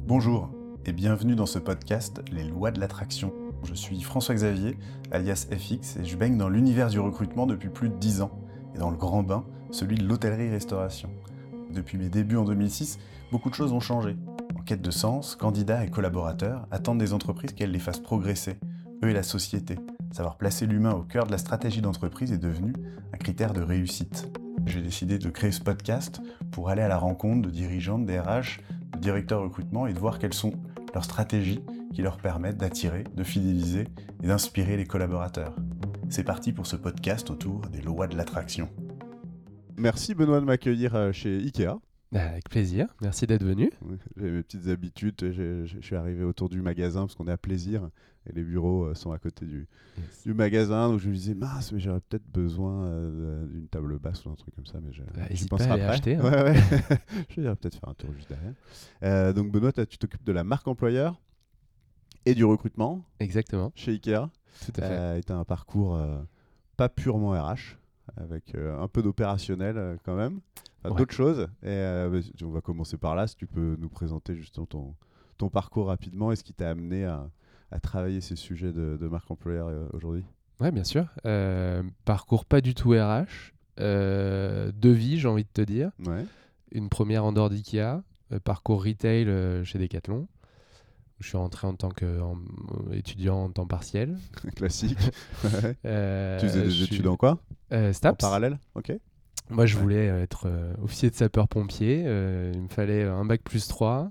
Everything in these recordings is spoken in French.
Bonjour et bienvenue dans ce podcast Les lois de l'attraction. Je suis François-Xavier, alias FX, et je baigne dans l'univers du recrutement depuis plus de 10 ans, et dans le grand bain, celui de l'hôtellerie-restauration. Depuis mes débuts en 2006, beaucoup de choses ont changé. En quête de sens, candidats et collaborateurs attendent des entreprises qu'elles les fassent progresser, eux et la société. Savoir placer l'humain au cœur de la stratégie d'entreprise est devenu un critère de réussite. J'ai décidé de créer ce podcast pour aller à la rencontre de dirigeants, de DRH, de directeurs recrutement et de voir quelles sont leurs stratégies qui leur permettent d'attirer, de fidéliser et d'inspirer les collaborateurs. C'est parti pour ce podcast autour des lois de l'attraction. Merci Benoît de m'accueillir chez Ikea. Avec plaisir, merci d'être venu. J'ai mes petites habitudes, je suis arrivé autour du magasin parce qu'on est à Plaisir et les bureaux sont à côté du magasin, donc je me disais mince mais j'aurais peut-être besoin d'une table basse ou un truc comme ça, mais je penserai pas à après. acheter, hein. Ouais. Je vais peut-être faire un tour juste derrière. Donc Benoît, tu t'occupes de la marque employeur et du recrutement. Exactement. Chez Ikea. Tout à fait. Et tu as un parcours pas purement RH, avec un peu d'opérationnel quand même. Ouais. D'autres choses. On va commencer par là, si tu peux nous présenter justement ton parcours rapidement et ce qui t'a amené à travailler ces sujets de marque employeur aujourd'hui. Ouais, bien sûr. Parcours pas du tout RH. De vie, j'ai envie de te dire. Ouais. Une première en dehors d'IKEA. Parcours retail chez Decathlon. Je suis rentré en tant qu'étudiant en temps partiel. Classique. Ouais. Tu faisais des études en quoi STAPS. En parallèle. Ok. Moi, je voulais être officier de sapeur-pompier. Il me fallait un bac plus 3.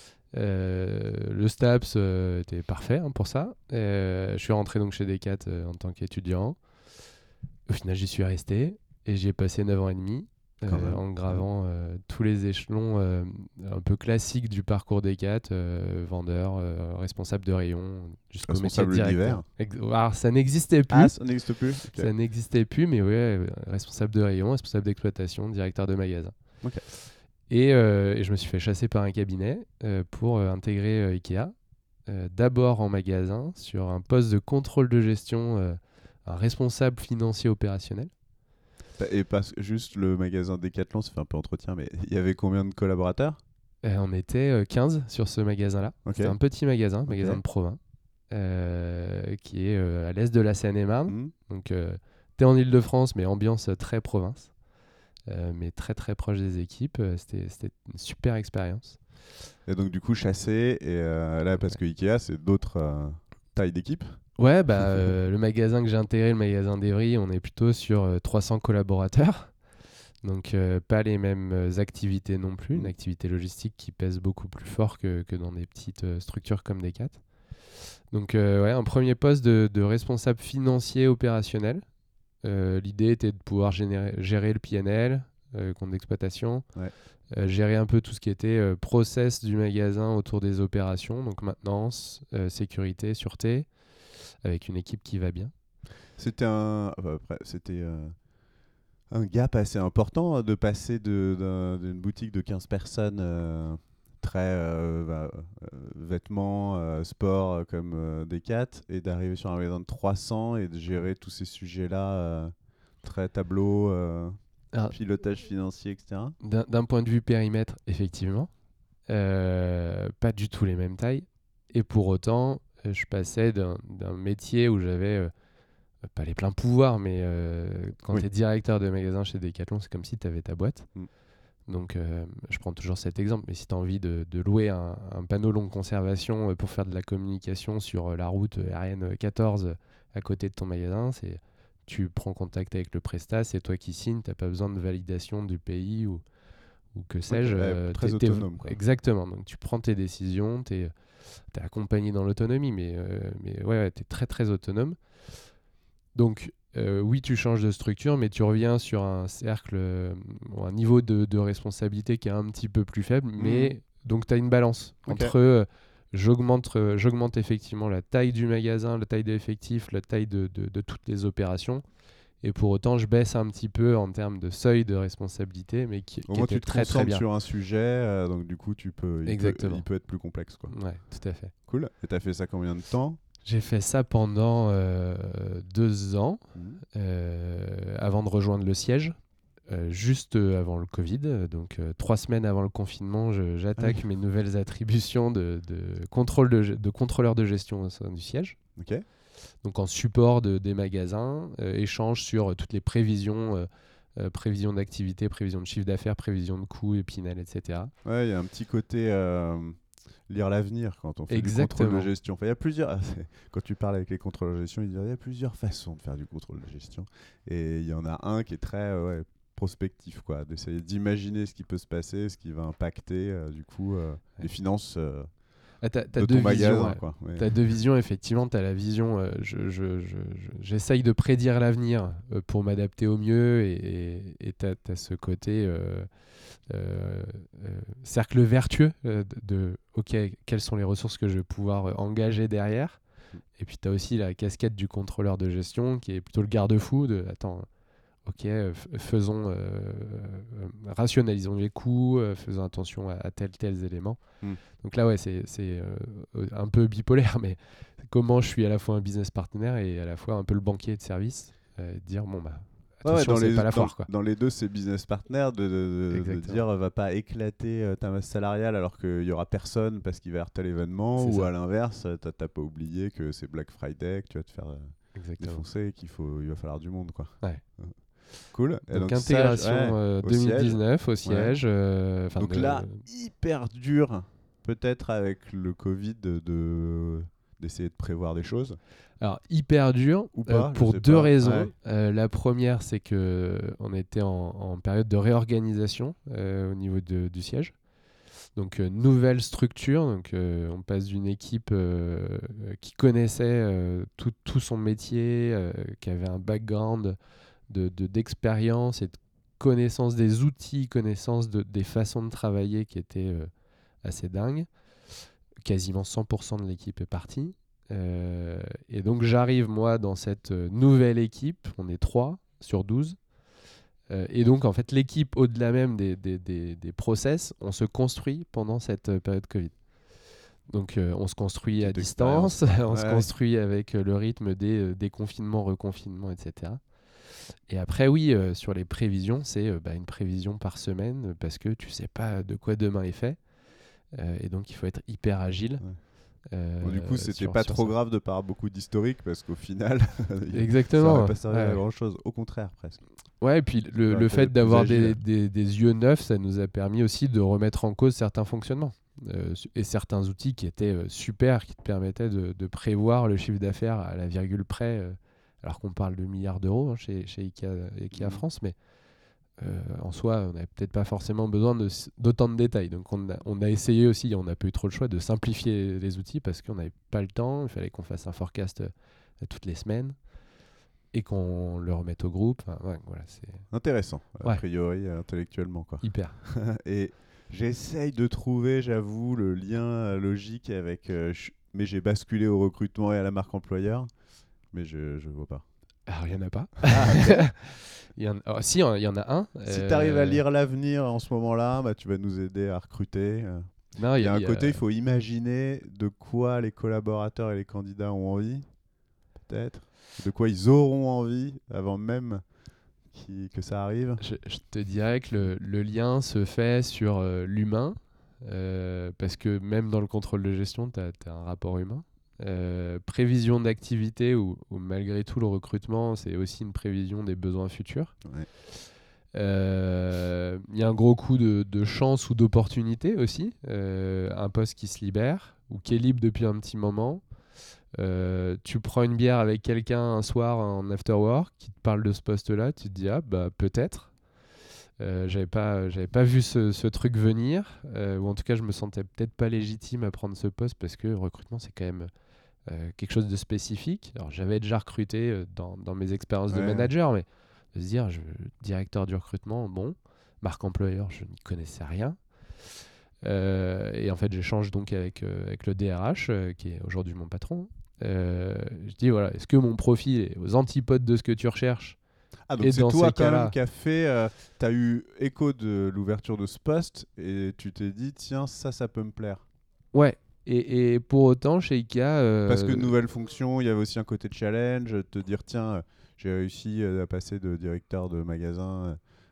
Le STAPS était parfait pour ça. Je suis rentré donc chez Decat en tant qu'étudiant. Au final, j'y suis resté et j'y ai passé 9 ans et demi en gravant tous les échelons un peu classiques du parcours Decat, vendeur, responsable de rayon, jusqu'au métier de directeur. Alors, ça n'existait plus. Ah, ça n'existe plus. Okay. Ça n'existait plus, mais ouais, responsable de rayon, responsable d'exploitation, directeur de magasin. Okay. Et je me suis fait chasser par un cabinet pour intégrer Ikea. D'abord en magasin, sur un poste de contrôle de gestion, un responsable financier opérationnel. Et juste le magasin Decathlon, ça fait un peu entretien, mais il y avait combien de collaborateurs ? On était 15 sur ce magasin-là. Okay. C'était un petit magasin de Provins, qui est à l'est de la Seine-et-Marne. Donc, t'es en Ile-de-France, mais ambiance très province. Mais très très proche des équipes. C'était une super expérience. Et donc du coup chassé, et là parce que Ikea c'est d'autres tailles d'équipe. Ouais, le magasin que j'ai intégré, le magasin d'Evry, on est plutôt sur 300 collaborateurs. Donc pas les mêmes activités non plus, une activité logistique qui pèse beaucoup plus fort que dans des petites structures comme Decat. Donc un premier poste de responsable financier opérationnel. L'idée était de pouvoir gérer le PNL, compte d'exploitation, gérer un peu tout ce qui était process du magasin autour des opérations, donc maintenance, sécurité, sûreté, avec une équipe qui va bien. C'était un gap assez important de passer d'une boutique de 15 personnes très vêtements, sport comme Decat, et d'arriver sur un magasin de 300 et de gérer tous ces sujets-là, très tableau, pilotage financier, etc. D'un point de vue périmètre, effectivement, pas du tout les mêmes tailles. Et pour autant, je passais d'un métier où j'avais pas les pleins pouvoirs, mais quand tu es directeur de magasin chez Decathlon, c'est comme si tu avais ta boîte. Donc, je prends toujours cet exemple, mais si tu as envie de louer un panneau longue conservation pour faire de la communication sur la route RN14 à côté de ton magasin, tu prends contact avec le prestat, c'est toi qui signes, tu n'as pas besoin de validation du pays ou que sais-je. Très autonome. Quoi. Exactement, donc tu prends tes décisions, tu es accompagné dans l'autonomie, mais ouais, tu es très très autonome. Donc, oui, tu changes de structure, mais tu reviens sur un cercle, un niveau de responsabilité qui est un petit peu plus faible. Mais donc, tu as une balance entre j'augmente effectivement la taille du magasin, la taille de l'effectif, la taille de toutes les opérations. Et pour autant, je baisse un petit peu en termes de seuil de responsabilité, mais qui était très très bien. Sur un sujet, donc du coup, il peut être plus complexe. Quoi. Ouais, tout à fait. Cool. Et tu as fait ça combien de temps ? J'ai fait ça pendant 2 ans, avant de rejoindre le siège. juste avant le Covid, donc 3 semaines avant le confinement, j'attaque mes nouvelles attributions de contrôleur de gestion au sein du siège. Ok. Donc en support des magasins, échange sur toutes les prévisions, prévisions d'activité, prévisions de chiffre d'affaires, prévisions de coûts, épinal, etc. Ouais, il y a un petit côté lire l'avenir quand on fait Exactement. du contrôle de gestion. Enfin, il y a plusieurs. Quand tu parles avec les contrôleurs de gestion, ils disent il y a plusieurs façons de faire du contrôle de gestion. Et il y en a un qui est très prospectif, quoi, d'essayer d'imaginer ce qui peut se passer, ce qui va impacter les finances T'as de deux ton magasin. visions, ouais. Quoi. Ouais. T'as deux visions, effectivement. T'as la vision, j'essaye de prédire l'avenir pour m'adapter au mieux, et t'as ce côté cercle vertueux OK, quelles sont les ressources que je vais pouvoir engager derrière. Et puis t'as aussi la casquette du contrôleur de gestion qui est plutôt le garde-fou de attends, OK, rationalisons les coûts, faisons attention à tels éléments. Donc là, ouais, c'est un peu bipolaire, mais comment je suis à la fois un business partner et à la fois un peu le banquier de service, dire bon bah attention, c'est pas la foire, quoi. Dans les deux, c'est business partner de dire va pas éclater ta masse salariale alors qu'il y aura personne parce qu'il va y avoir tel événement, ou à l'inverse, t'as pas oublié que c'est Black Friday, que tu vas te faire défoncer et il va falloir du monde, quoi. Ouais. Cool. Et donc intégration 2019 au siège. Donc là, hyper dur, peut-être avec le Covid, d'essayer de prévoir des choses. Alors hyper dur ou pas, pour deux raisons. La première, c'est que on était en période de réorganisation au niveau du siège. Donc nouvelle structure, donc on passe d'une équipe qui connaissait tout son métier, qui avait un background d'expérience et de connaissance des outils, connaissance des façons de travailler qui étaient assez dingues. Quasiment 100% de l'équipe est partie. Et donc j'arrive, moi, dans cette nouvelle équipe. On est 3 sur 12. Et donc, en fait, l'équipe, au-delà même des process, on se construit pendant cette période Covid. Donc, on se construit à distance, on se construit avec le rythme des confinements, reconfinements, etc. Et après, oui, sur les prévisions, c'est une prévision par semaine parce que tu sais pas de quoi demain est fait. Et donc, il faut être hyper agile. Bon, du coup, c'était pas trop grave de par beaucoup d'historique parce qu'au final, exactement, ça n'aurait pas servi à grand-chose. Au contraire, presque. Ouais, et puis le fait d'avoir des yeux neufs, ça nous a permis aussi de remettre en cause certains fonctionnements et certains outils qui étaient super, qui te permettaient de prévoir le chiffre d'affaires à la virgule près, alors qu'on parle de milliards d'euros chez Ikea France, mais en soi, on n'avait peut-être pas forcément besoin d'autant de détails. Donc on a essayé aussi, on n'a pas eu trop le choix de simplifier les outils parce qu'on n'avait pas le temps, il fallait qu'on fasse un forecast toutes les semaines et qu'on le remette au groupe. Enfin, voilà, c'est intéressant, a priori, intellectuellement, quoi. Hyper. Et j'essaye de trouver, j'avoue, le lien logique avec... mais j'ai basculé au recrutement et à la marque employeur, mais je vois pas. Alors, il n'y en a pas. Si, il y en a un. Si tu arrives à lire l'avenir en ce moment-là, tu vas nous aider à recruter. Non, il y a un côté, il faut imaginer de quoi les collaborateurs et les candidats ont envie, peut-être. De quoi ils auront envie avant même que ça arrive. Je te dirais que le lien se fait sur l'humain, parce que même dans le contrôle de gestion, tu as un rapport humain. Prévision d'activité où malgré tout le recrutement c'est aussi une prévision des besoins futurs. Il y a un gros coup de chance ou d'opportunité aussi, un poste qui se libère ou qui est libre depuis un petit moment. Tu prends une bière avec quelqu'un un soir en after work qui te parle de ce poste là, tu te dis peut-être. J'avais pas vu ce truc venir, ou en tout cas je me sentais peut-être pas légitime à prendre ce poste parce que le recrutement c'est quand même quelque chose de spécifique. Alors j'avais déjà recruté dans mes expériences de manager, mais de se dire directeur du recrutement, marque employeur, je n'y connaissais rien. Et en fait j'échange donc avec le DRH qui est aujourd'hui mon patron. Je dis voilà, est-ce que mon profil est aux antipodes de ce que tu recherches? Donc c'est toi quand même qui a fait, t'as eu écho de l'ouverture de ce poste et tu t'es dit tiens ça peut me plaire. Ouais. Et pour autant, chez Ikea... Parce que nouvelle fonction, il y avait aussi un côté challenge, te dire tiens, j'ai réussi à passer de directeur de magasin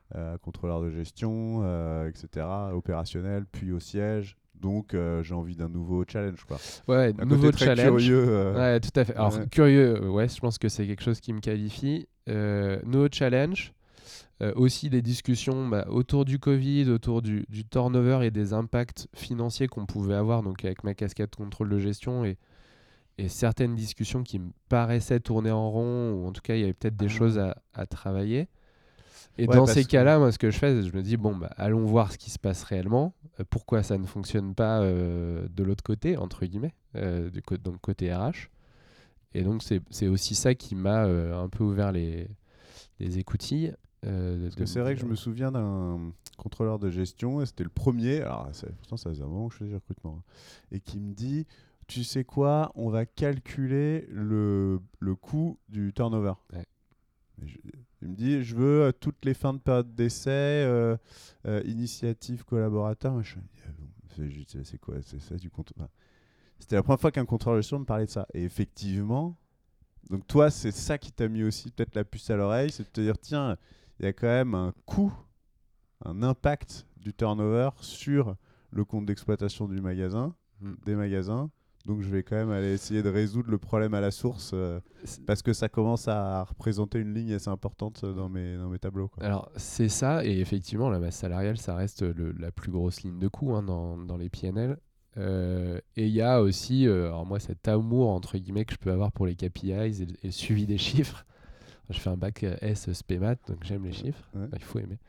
contrôleur de gestion, etc., opérationnel, puis au siège. Donc, j'ai envie d'un nouveau challenge, quoi. Ouais, Un nouveau côté très challenge. curieux. Ouais, tout à fait. Alors, Ouais. curieux, ouais, je pense que c'est quelque chose qui me qualifie. Nouveau challenge. Aussi des discussions autour du Covid, autour du turnover et des impacts financiers qu'on pouvait avoir, donc avec ma casquette contrôle de gestion et certaines discussions qui me paraissaient tourner en rond, ou en tout cas, il y avait peut-être des choses à travailler. Et Ouais, dans parce ces que- cas-là, moi, ce que je fais, je me dis, bon, allons voir ce qui se passe réellement. Pourquoi ça ne fonctionne pas de l'autre côté, entre guillemets, donc côté RH. Et donc, c'est aussi ça qui m'a un peu ouvert les écoutilles. Parce que c'est vrai que je me souviens d'un contrôleur de gestion, et c'était le premier, alors pourtant ça faisait un moment que je faisais du recrutement, et qui me dit, tu sais quoi, on va calculer le coût du turnover. Ouais. Il me dit, je veux toutes les fins de période d'essai, initiative collaborateur, machin. C'est quoi, c'est ça du compte. Enfin, c'était la première fois qu'un contrôleur de gestion me parlait de ça. Et effectivement, donc toi, c'est ça qui t'a mis aussi peut-être la puce à l'oreille, c'est de te dire, tiens, il y a quand même un coût, un impact du turnover sur le compte d'exploitation du magasin, des magasins. Donc je vais quand même aller essayer de résoudre le problème à la source parce que ça commence à représenter une ligne assez importante dans mes tableaux, quoi. Alors, c'est ça, et effectivement, la masse salariale, ça reste la plus grosse ligne de coût dans les PNL. Et il y a aussi, alors moi, cet amour, entre guillemets, que je peux avoir pour les KPIs et le suivi des chiffres. Je fais un bac S SPMAT, donc j'aime les chiffres. Ouais. Enfin, il faut aimer.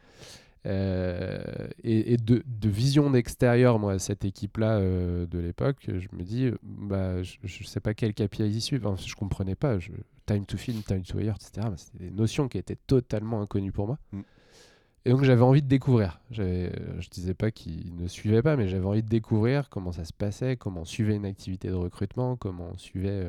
Et de vision d'extérieur, moi, cette équipe-là de l'époque, je me dis, je sais pas quel KPI ils suivent. Enfin, je comprenais pas. Time to film, time to hire, etc. C'était des notions qui étaient totalement inconnues pour moi. Et donc, j'avais envie de découvrir. Je disais pas qu'ils ne suivaient pas, mais j'avais envie de découvrir comment ça se passait, comment on suivait une activité de recrutement, comment on suivait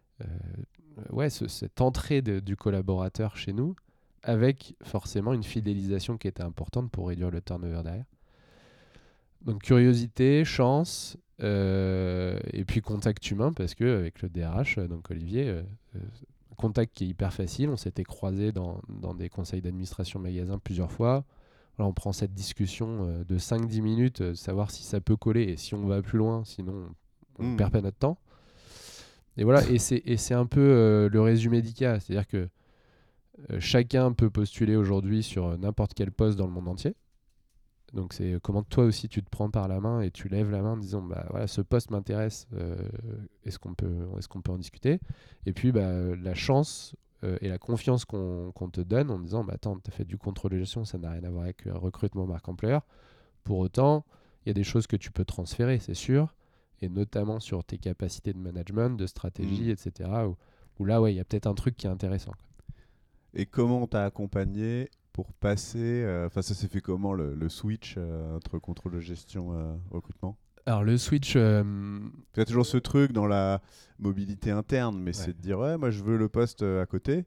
cette entrée du collaborateur chez nous, avec forcément une fidélisation qui était importante pour réduire le turnover derrière. Donc curiosité, chance, et puis contact humain, parce qu'avec le DRH, donc Olivier, contact qui est hyper facile, on s'était croisés dans des conseils d'administration magasin plusieurs fois. Là, on prend cette discussion de 5-10 minutes, savoir si ça peut coller et si on va plus loin, sinon on ne perd pas notre temps. Et voilà, et c'est un peu le résumé d'IKEA, c'est-à-dire que chacun peut postuler aujourd'hui sur n'importe quel poste dans le monde entier. Donc c'est comment toi aussi tu te prends par la main et tu lèves la main en disant voilà, ce poste m'intéresse, est-ce qu'on peut en discuter. Et puis la chance et la confiance qu'on te donne en disant attends, tu as fait du contrôle de gestion, ça n'a rien à voir avec recrutement marque employeur. Pour autant, il y a des choses que tu peux transférer, c'est sûr, et notamment sur tes capacités de management, de stratégie, etc. Où là, il y a peut-être un truc qui est intéressant. Et comment on t'a accompagné pour passer... Enfin, ça s'est fait comment, le switch entre contrôle de gestion recrutement? Alors, le switch... Il y a toujours ce truc dans la mobilité interne, mais c'est de dire, moi, je veux le poste à côté.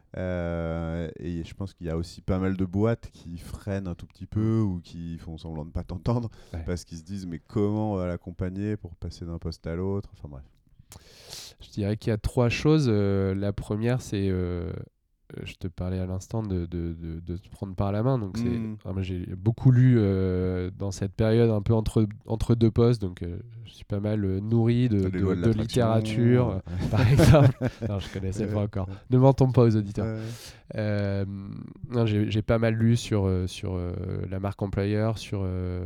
Et je pense qu'il y a aussi pas mal de boîtes qui freinent un tout petit peu ou qui font semblant de ne pas t'entendre parce qu'ils se disent, mais comment on va l'accompagner pour passer d'un poste à l'autre? Enfin, bref. Je dirais qu'il y a 3 choses. La première, c'est... je te parlais à l'instant de te prendre par la main. Donc moi, j'ai beaucoup lu dans cette période un peu entre deux postes. Donc je suis pas mal nourri de littérature, par exemple. Non, je connaissais pas encore. Ne mentons pas aux auditeurs. Non, j'ai pas mal lu sur la marque employeur, sur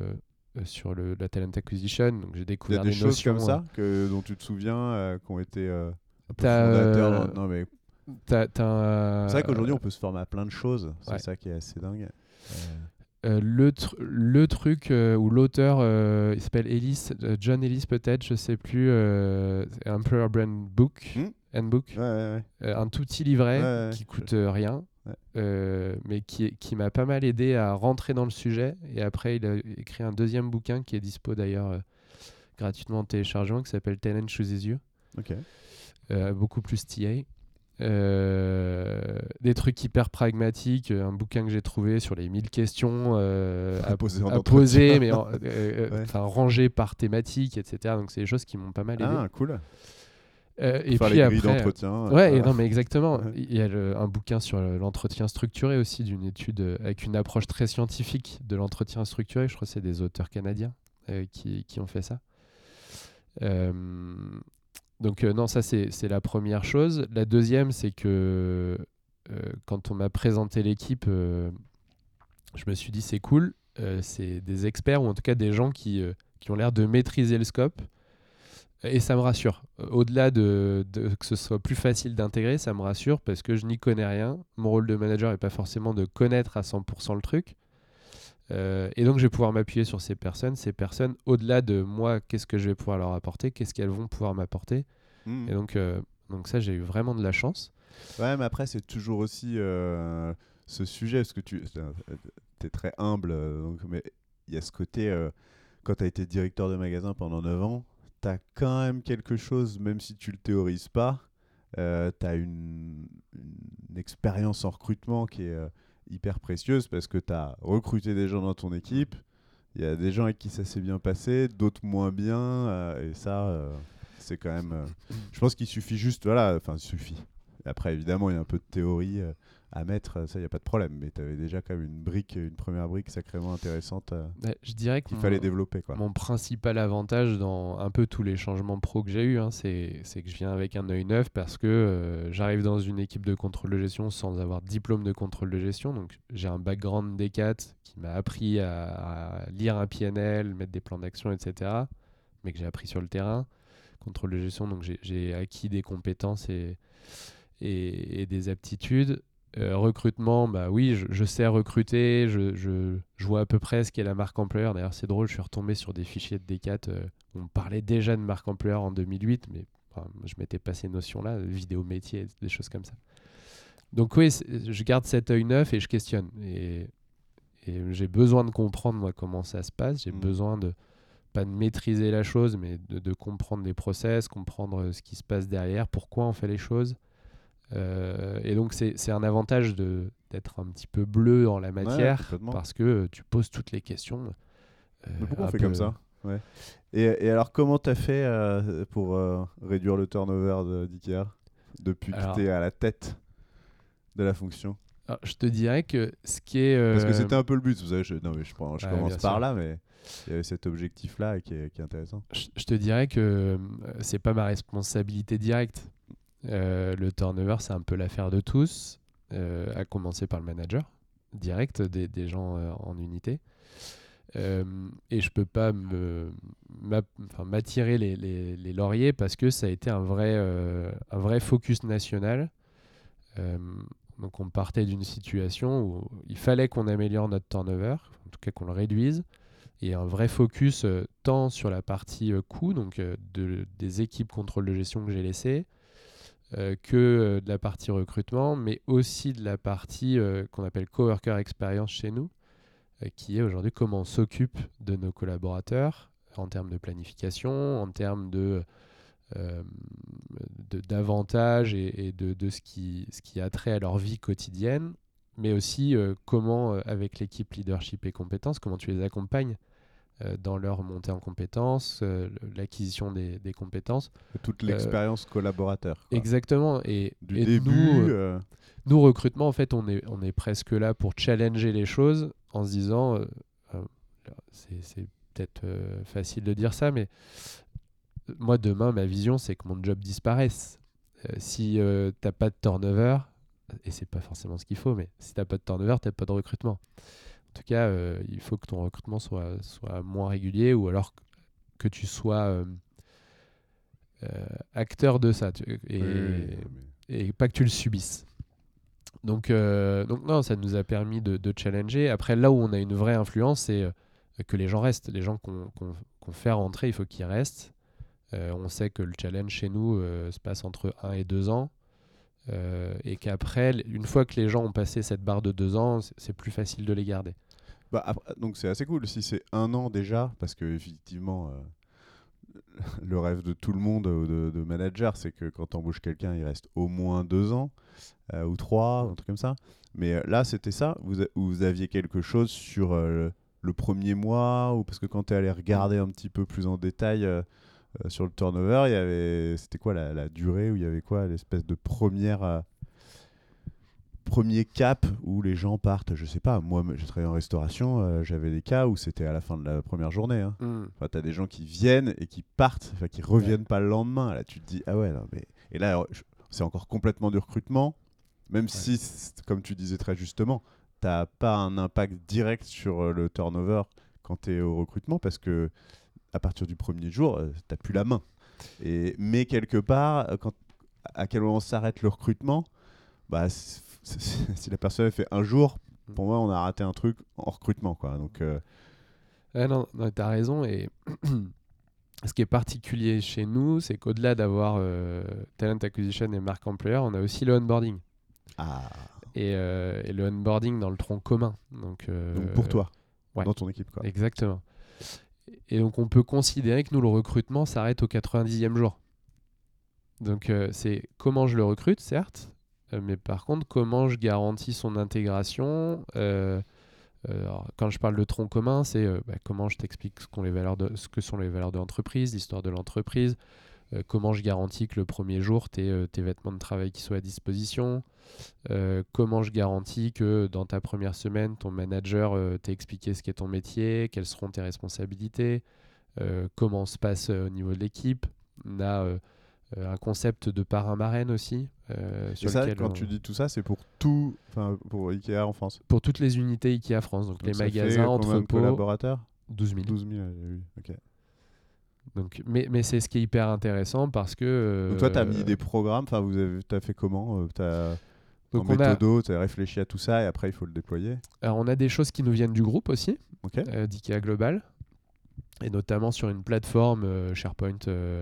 la talent acquisition. Donc j'ai découvert des choses notions comme ça dont tu te souviens qui ont été un peu fondateurs. Non, mais... C'est vrai qu'aujourd'hui on peut se former à plein de choses, c'est ça qui est assez dingue. Le truc où l'auteur il s'appelle John Ellis peut-être, je sais plus, Employer Brand Book, Handbook, un tout petit livret qui coûte rien, mais qui m'a pas mal aidé à rentrer dans le sujet. Et après il a écrit un deuxième bouquin qui est dispo d'ailleurs gratuitement en téléchargement, qui s'appelle Talent Chooses You, beaucoup plus TA. Des trucs hyper pragmatiques, un bouquin que j'ai trouvé sur les 1000 questions à poser, mais rangées par thématique, etc. Donc c'est des choses qui m'ont pas mal aidé. Cool. Et faire puis les grilles après, d'entretien. ouais, non, mais exactement. Ouais. Il y a un bouquin sur l'entretien structuré aussi, d'une étude avec une approche très scientifique de l'entretien structuré. Je crois que c'est des auteurs canadiens qui ont fait ça. Donc non, ça c'est la première chose. La deuxième, c'est que quand on m'a présenté l'équipe, je me suis dit c'est cool. C'est des experts ou en tout cas des gens qui ont l'air de maîtriser le scope. Et ça me rassure. Au-delà de que ce soit plus facile d'intégrer, ça me rassure parce que je n'y connais rien. Mon rôle de manager n'est pas forcément de connaître à 100% le truc. Et donc, je vais pouvoir m'appuyer sur ces personnes. Ces personnes, au-delà de moi, qu'est-ce que je vais pouvoir leur apporter, qu'est-ce qu'elles vont pouvoir m'apporter. Et donc ça, j'ai eu vraiment de la chance. Ouais, mais après, c'est toujours aussi ce sujet, parce que tu es très humble, donc, mais il y a ce côté, quand tu as été directeur de magasin pendant 9 ans, tu as quand même quelque chose, même si tu le théorises pas, tu as une expérience en recrutement qui est hyper précieuse, parce que tu as recruté des gens dans ton équipe, il y a des gens avec qui ça s'est bien passé, d'autres moins bien, et ça, c'est quand même... je pense qu'il suffit juste, voilà, enfin, il suffit. Après, évidemment, il y a un peu de théorie à mettre, ça, il n'y a pas de problème. Mais tu avais déjà quand même une première brique sacrément intéressante Je dirais qu'il fallait développer, quoi. Mon principal avantage dans un peu tous les changements pro que j'ai eus, c'est que je viens avec un œil neuf parce que j'arrive dans une équipe de contrôle de gestion sans avoir de diplôme de contrôle de gestion. Donc, j'ai un background D4 qui m'a appris à lire un PNL, mettre des plans d'action, etc. Mais que j'ai appris sur le terrain. Contrôle de gestion, donc j'ai acquis des compétences et des aptitudes. Recrutement, bah oui, je sais recruter, je vois à peu près ce qu'est la marque employeur. D'ailleurs, c'est drôle, je suis retombé sur des fichiers de D4 où on parlait déjà de marque employeur en 2008, mais je m'étais pas ces notions-là, vidéo métier, des choses comme ça. Donc oui, je garde cet œil neuf et je questionne. Et j'ai besoin de comprendre moi, comment ça se passe. J'ai besoin pas de maîtriser la chose, mais de comprendre les process, comprendre ce qui se passe derrière, pourquoi on fait les choses. Et donc c'est un avantage d'être un petit peu bleu en la matière, parce que tu poses toutes les questions. Mais pourquoi on fait comme ça? Ouais. Et alors comment tu as fait pour réduire le turnover d'IKEA depuis que tu es à la tête de la fonction? Alors, je te dirais que ce qui est... Parce que c'était un peu le but, vous savez, je commence par sûr. là, mais il y avait cet objectif-là qui est intéressant. Je te dirais que c'est pas ma responsabilité directe. Le turnover, c'est un peu l'affaire de tous, à commencer par le manager direct des gens en unité. Et je peux pas m'attirer les lauriers parce que ça a été un vrai focus national. Donc on partait d'une situation où il fallait qu'on améliore notre turnover, en tout cas qu'on le réduise, et un vrai focus tant sur la partie coût, donc des équipes contrôle de gestion que j'ai laissées, que de la partie recrutement, mais aussi de la partie qu'on appelle coworker experience chez nous, qui est aujourd'hui comment on s'occupe de nos collaborateurs en termes de planification, en termes d'avantages et de ce qui a trait à leur vie quotidienne, mais aussi comment, avec l'équipe leadership et compétences, comment tu les accompagnes dans leur montée en compétences, l'acquisition des compétences. Toute l'expérience collaborateur. Quoi. Exactement. Et début, nous, recrutement, en fait, on est presque là pour challenger les choses en se disant, c'est peut-être facile de dire ça, mais moi, demain, ma vision, c'est que mon job disparaisse. Si t'as pas de turnover, et c'est pas forcément ce qu'il faut, mais si t'as pas de turnover, t'as pas de recrutement. En tout cas, il faut que ton recrutement soit moins régulier ou alors que tu sois acteur de ça et pas que tu le subisses. Donc non, ça nous a permis de challenger. Après, là où on a une vraie influence, c'est que les gens restent. Les gens qu'on fait rentrer, il faut qu'ils restent. On sait que le challenge chez nous se passe entre 1 et 2 ans. Et qu'après, une fois que les gens ont passé cette barre de 2 ans, c'est plus facile de les garder. Donc c'est assez cool si c'est 1 an déjà, parce que effectivement, le rêve de tout le monde de manager, c'est que quand tu embauches quelqu'un, il reste au moins 2 ans ou 3, un truc comme ça. Mais là, c'était ça. Vous aviez quelque chose sur le premier mois, ou parce que quand tu es allé regarder un petit peu plus en détail sur le turnover, c'était quoi la durée où il y avait quoi, l'espèce de premier cap où les gens partent, je sais pas, moi j'ai travaillé en restauration, j'avais des cas où c'était à la fin de la première journée. Hein. Enfin, t'as des gens qui viennent et qui partent, enfin qui reviennent pas le lendemain. Là, tu te dis, ah ouais, non, mais... Et là, c'est encore complètement du recrutement, même si, comme tu disais très justement, t'as pas un impact direct sur le turnover quand t'es au recrutement, parce que à partir du premier jour, t'as plus la main. Mais quelque part, à quel moment s'arrête le recrutement, bah, si la personne a fait un jour, pour moi, on a raté un truc en recrutement, quoi. Donc, non, t'as raison. Et ce qui est particulier chez nous, c'est qu'au-delà d'avoir talent acquisition et marque employeur, on a aussi le onboarding. Et le onboarding dans le tronc commun. Donc pour toi, ouais, dans ton équipe, quoi. Exactement. Et donc on peut considérer que nous, le recrutement s'arrête au 90e jour. Donc c'est comment je le recrute, certes, mais par contre, comment je garantis son intégration. Alors, quand je parle de tronc commun, c'est comment je t'explique ce que sont les valeurs de l'entreprise, l'histoire de l'entreprise, comment je garantis que le premier jour, tes vêtements de travail qui soient à disposition, comment je garantis que dans ta première semaine, ton manager t'ait expliqué ce qu'est ton métier, quelles seront tes responsabilités, comment se passe au niveau de l'équipe. On a un concept de parrain-marraine aussi. Et ça, quand tu dis tout ça, c'est pour tout, pour Ikea en France? Pour toutes les unités Ikea France, donc les ça magasins, fait entrepôts. Collaborateurs? 12 000. 12 000, oui, ok. Donc, mais c'est ce qui est hyper intéressant parce que... Donc toi, tu as mis des programmes, tu as fait comment donc en méthodo, tu as réfléchi à tout ça et après, il faut le déployer? Alors, on a des choses qui nous viennent du groupe aussi, okay. d'Ikea Global, et notamment sur une plateforme SharePoint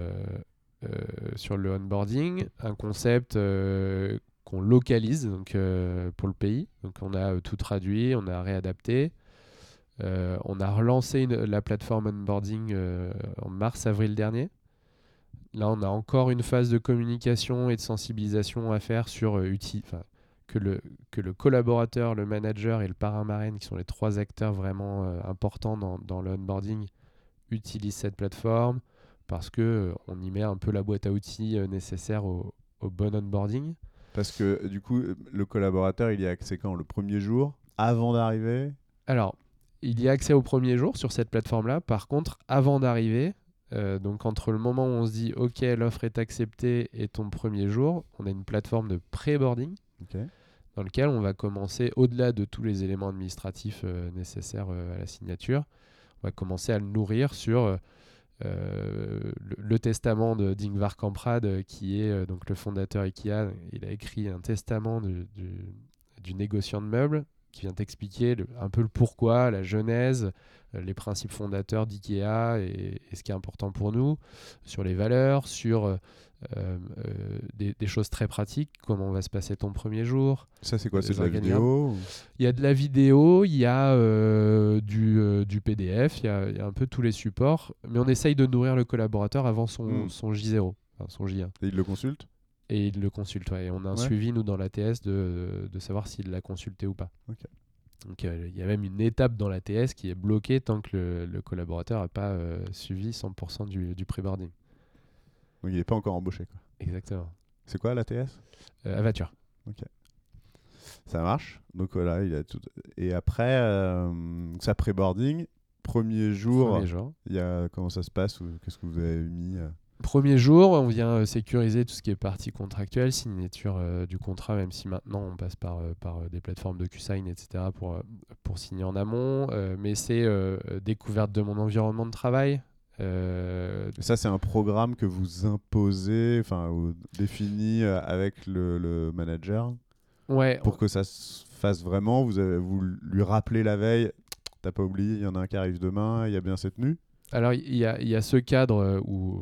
sur le onboarding, un concept qu'on localise donc, pour le pays. Donc, on a tout traduit, on a réadapté. On a relancé la plateforme onboarding en mars-avril dernier. Là, on a encore une phase de communication et de sensibilisation à faire sur que le collaborateur, le manager et le parrain-marraine, qui sont les trois acteurs vraiment importants dans le onboarding, utilisent cette plateforme parce qu'on y met un peu la boîte à outils nécessaire au bon onboarding. Parce que du coup, le collaborateur, il y a accès quand? Le premier jour, avant d'arriver? Alors, il y a accès au premier jour sur cette plateforme-là. Par contre, avant d'arriver, donc entre le moment où on se dit « Ok, l'offre est acceptée » et ton premier jour, on a une plateforme de pré-boarding dans lequel on va commencer, au-delà de tous les éléments administratifs nécessaires à la signature, on va commencer à le nourrir sur le testament d'Ingvar Kamprad, qui est donc le fondateur IKEA. Il a écrit un testament du négociant de meubles qui vient t'expliquer un peu le pourquoi, la genèse, les principes fondateurs d'IKEA et ce qui est important pour nous, sur les valeurs, sur des choses très pratiques, comment va se passer ton premier jour. Ça, c'est quoi? C'est de la vidéo? Il y a de la vidéo, il y a du PDF, il y a un peu tous les supports, mais on essaye de nourrir le collaborateur avant son J0, son J1. Et il le consulte? Et il le consulte, ouais. Et on a un suivi, nous, dans l'ATS de savoir s'il l'a consulté ou pas. Okay. Donc, il y a même une étape dans l'ATS qui est bloquée tant que le collaborateur n'a pas suivi 100% du pré-boarding. Donc, il n'est pas encore embauché, quoi. Exactement. C'est quoi l'ATS? Avature. Ok. Ça marche. Donc, voilà, il a tout. Et après, ça pré-boarding, premier jour. Comment ça se passe? Qu'est-ce que vous avez mis Premier jour, on vient sécuriser tout ce qui est partie contractuelle, signature du contrat, même si maintenant on passe par des plateformes de QSign, etc. pour signer en amont. Mais c'est découverte de mon environnement de travail. Ça, c'est un programme que vous imposez, ou défini avec le manager. Ouais. Pour que ça se fasse vraiment, vous lui rappelez la veille, t'as pas oublié, il y en a un qui arrive demain, il y a bien cette tenue. Alors, il y a ce cadre,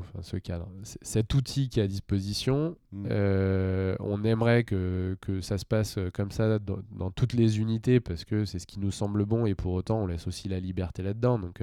cet outil qui est à disposition. On aimerait que ça se passe comme ça dans toutes les unités parce que c'est ce qui nous semble bon et pour autant, on laisse aussi la liberté là-dedans. Donc,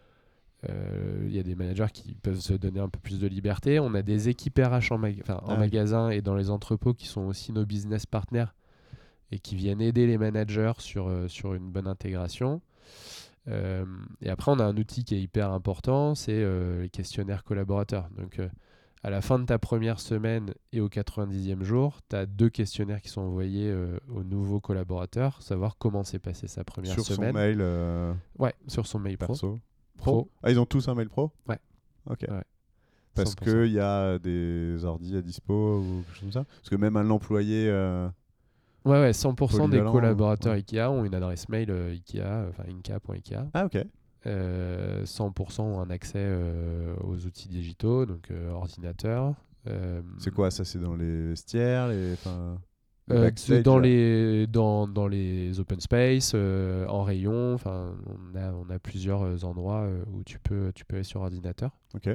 il y a des managers qui peuvent se donner un peu plus de liberté. On a des équipes RH en magasin et dans les entrepôts qui sont aussi nos business partners et qui viennent aider les managers sur une bonne intégration. Et après, on a un outil qui est hyper important, c'est les questionnaires collaborateurs. Donc, à la fin de ta première semaine et au 90e jour, tu as 2 questionnaires qui sont envoyés aux nouveaux collaborateurs, savoir comment s'est passée sa première Sur semaine. son mail Ouais, sur son mail perso. Pro. Ah, ils ont tous un mail pro? Ouais. Ok. Ouais. Parce 100%. qu'il y a des ordis à dispo ou quelque chose comme ça? Parce que même un employé... Ouais, 100% des polyvalent, collaborateurs ouais. IKEA ont une adresse mail Ikea, enfin inka.ikea. Ah, ok. 100% ont un accès aux outils digitaux, donc ordinateur. C'est quoi ça? C'est dans les vestiaires, les C'est backstage, dans là. dans les open space, en rayon. Enfin, on a plusieurs endroits où tu peux aller sur ordinateur. Ok.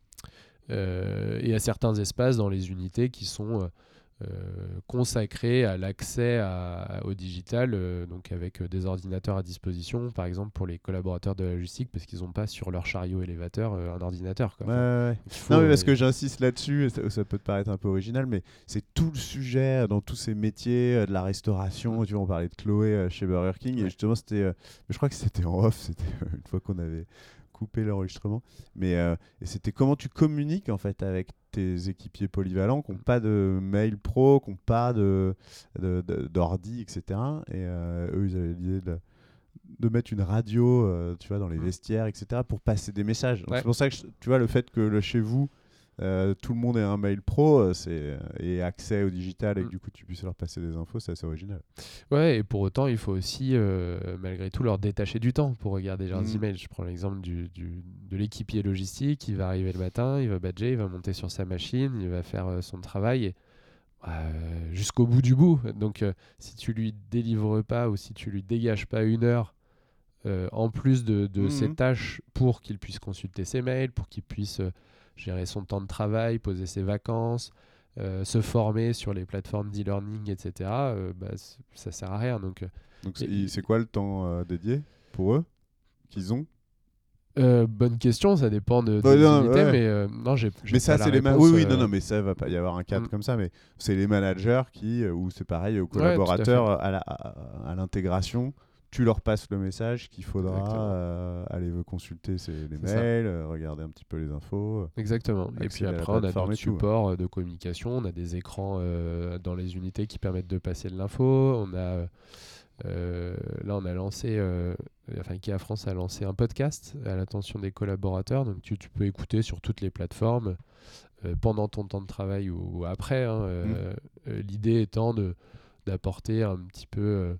Et il y a certains espaces dans les unités qui sont consacrés à l'accès au digital, donc avec des ordinateurs à disposition, par exemple pour les collaborateurs de la logistique, parce qu'ils n'ont pas sur leur chariot élévateur un ordinateur, quoi. Ouais, Enfin, ouais. il faut, Non, mais parce que j'insiste là-dessus, et ça peut te paraître un peu original, mais c'est tout le sujet dans tous ces métiers de la restauration. Tu vois, on parlait de Chloé chez Burger King, et Ouais. justement, c'était, je crois que c'était en off, c'était une fois qu'on avait coupé l'enregistrement, mais et c'était comment tu communiques en fait avec tes équipiers polyvalents qui n'ont pas de mail pro, qui n'ont pas d'ordi, etc. Et eux, ils avaient l'idée de mettre une radio, tu vois, dans les vestiaires, etc., pour passer des messages. Donc Ouais. c'est pour ça que tu vois, le fait que chez vous, tout le monde ait un mail pro et accès au digital et que du coup tu puisses leur passer des infos, c'est assez original. Ouais, et pour autant, il faut aussi, malgré tout, leur détacher du temps pour regarder leurs emails. Je prends l'exemple de l'équipier logistique, il va arriver le matin, il va badger, il va monter sur sa machine, il va faire son travail et, jusqu'au bout du bout. Donc, si tu lui délivres pas ou si tu lui dégages pas 1 heure en plus de ses tâches pour qu'il puisse consulter ses mails, pour qu'il puisse gérer son temps de travail, poser ses vacances, se former sur les plateformes d'e-learning, etc., ça sert à rien. Donc c'est quoi le temps dédié pour eux qu'ils ont? bonne question, ça dépend des non, unités, ouais. mais non, j'ai Mais ça, pas c'est la les réponse, oui, non, mais ça va pas y avoir un cadre comme ça, mais c'est les managers qui, ou c'est pareil aux collaborateurs à l'intégration, tu leur passes le message qu'il faudra aller consulter les mails, regarder un petit peu les infos. Exactement. Et puis après, on a d'autres supports de communication, on a des écrans dans les unités qui permettent de passer de l'info, on a... là, on a lancé, IKEA France a lancé un podcast à l'attention des collaborateurs. Donc, tu peux écouter sur toutes les plateformes pendant ton temps de travail ou après. L'idée étant d'apporter un petit peu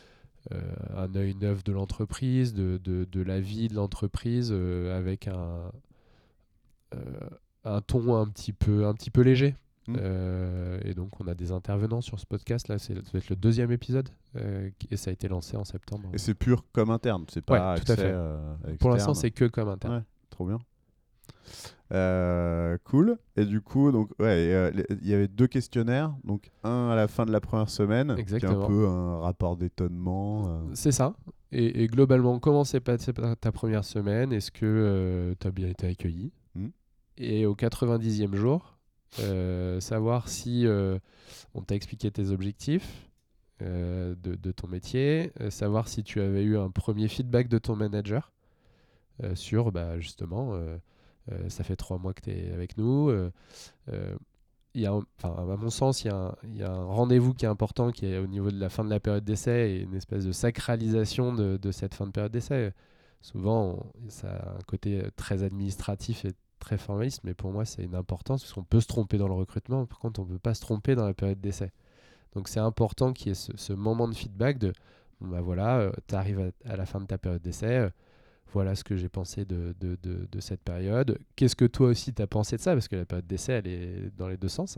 un œil neuf de l'entreprise, de la vie de l'entreprise avec un ton un petit peu léger. Et donc on a des intervenants sur ce podcast là, ça va être le 2e épisode et ça a été lancé en septembre. Et c'est pur comme interne, c'est pas tout à fait. Pour l'instant c'est que comme interne. Ouais, trop bien. Cool. Et du coup, donc il y avait 2 questionnaires, donc un à la fin de la première semaine, exactement, qui est un peu un rapport d'étonnement. C'est ça. Et globalement, comment s'est passée ta première semaine? Est-ce que tu as bien été accueilli? Et au 90e jour, savoir si on t'a expliqué tes objectifs de ton métier, savoir si tu avais eu un premier feedback de ton manager sur justement ça fait 3 mois que tu es avec nous. À mon sens, il y a un rendez-vous qui est important, qui est au niveau de la fin de la période d'essai et une espèce de sacralisation de cette fin de période d'essai. Souvent, ça a un côté très administratif et très formaliste, mais pour moi, c'est une importance parce qu'on peut se tromper dans le recrutement. Par contre, on ne peut pas se tromper dans la période d'essai. Donc, c'est important qu'il y ait ce moment de feedback de tu arrives à la fin de ta période d'essai. Voilà ce que j'ai pensé de cette période. Qu'est-ce que toi aussi tu as pensé de ça? Parce que la période d'essai, elle est dans les 2 sens.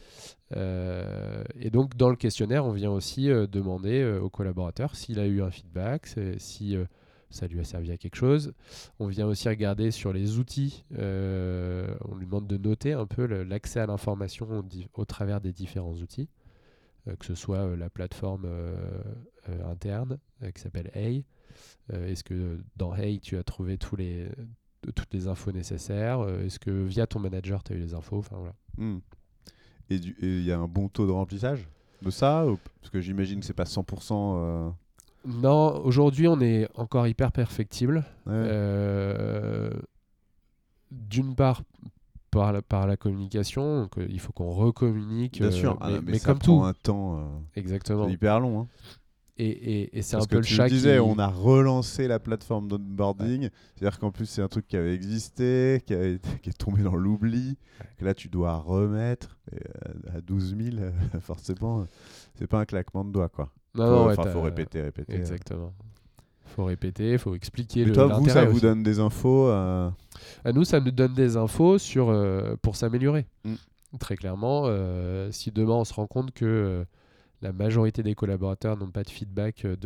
Et donc, dans le questionnaire, on vient aussi demander au collaborateur s'il a eu un feedback, si ça lui a servi à quelque chose. On vient aussi regarder sur les outils. On lui demande de noter un peu l'accès à l'information au travers des différents outils, que ce soit la plateforme interne qui s'appelle Hey. Est-ce que dans Hey, tu as trouvé toutes les infos nécessaires? Est-ce que via ton manager, tu as eu les infos? Enfin, voilà. Et il y a un bon taux de remplissage de ça? Parce que j'imagine que c'est pas 100%... Non, aujourd'hui, on est encore hyper perfectible. Ouais. D'une part, par la communication, donc, il faut qu'on recommunique, Bien sûr, mais mais ça comme prend tout, un temps exactement. hyper long. Hein. Et c'est Parce un que peu le tu le chat disais, qui... on a relancé la plateforme Ouais, d'onboarding. C'est-à-dire qu'en plus, c'est un truc qui avait existé, qui est tombé dans l'oubli, ouais. que là, tu dois remettre à 12 000, forcément. C'est pas un claquement de doigts, quoi. Non, ouais, Faut répéter. exactement. Faut répéter, faut expliquer Mais toi, ça l'intérêt vous aussi. donne des infos À nous, ça nous donne des infos pour s'améliorer. Mm. Très clairement, si demain on se rend compte que la majorité des collaborateurs n'ont pas de feedback de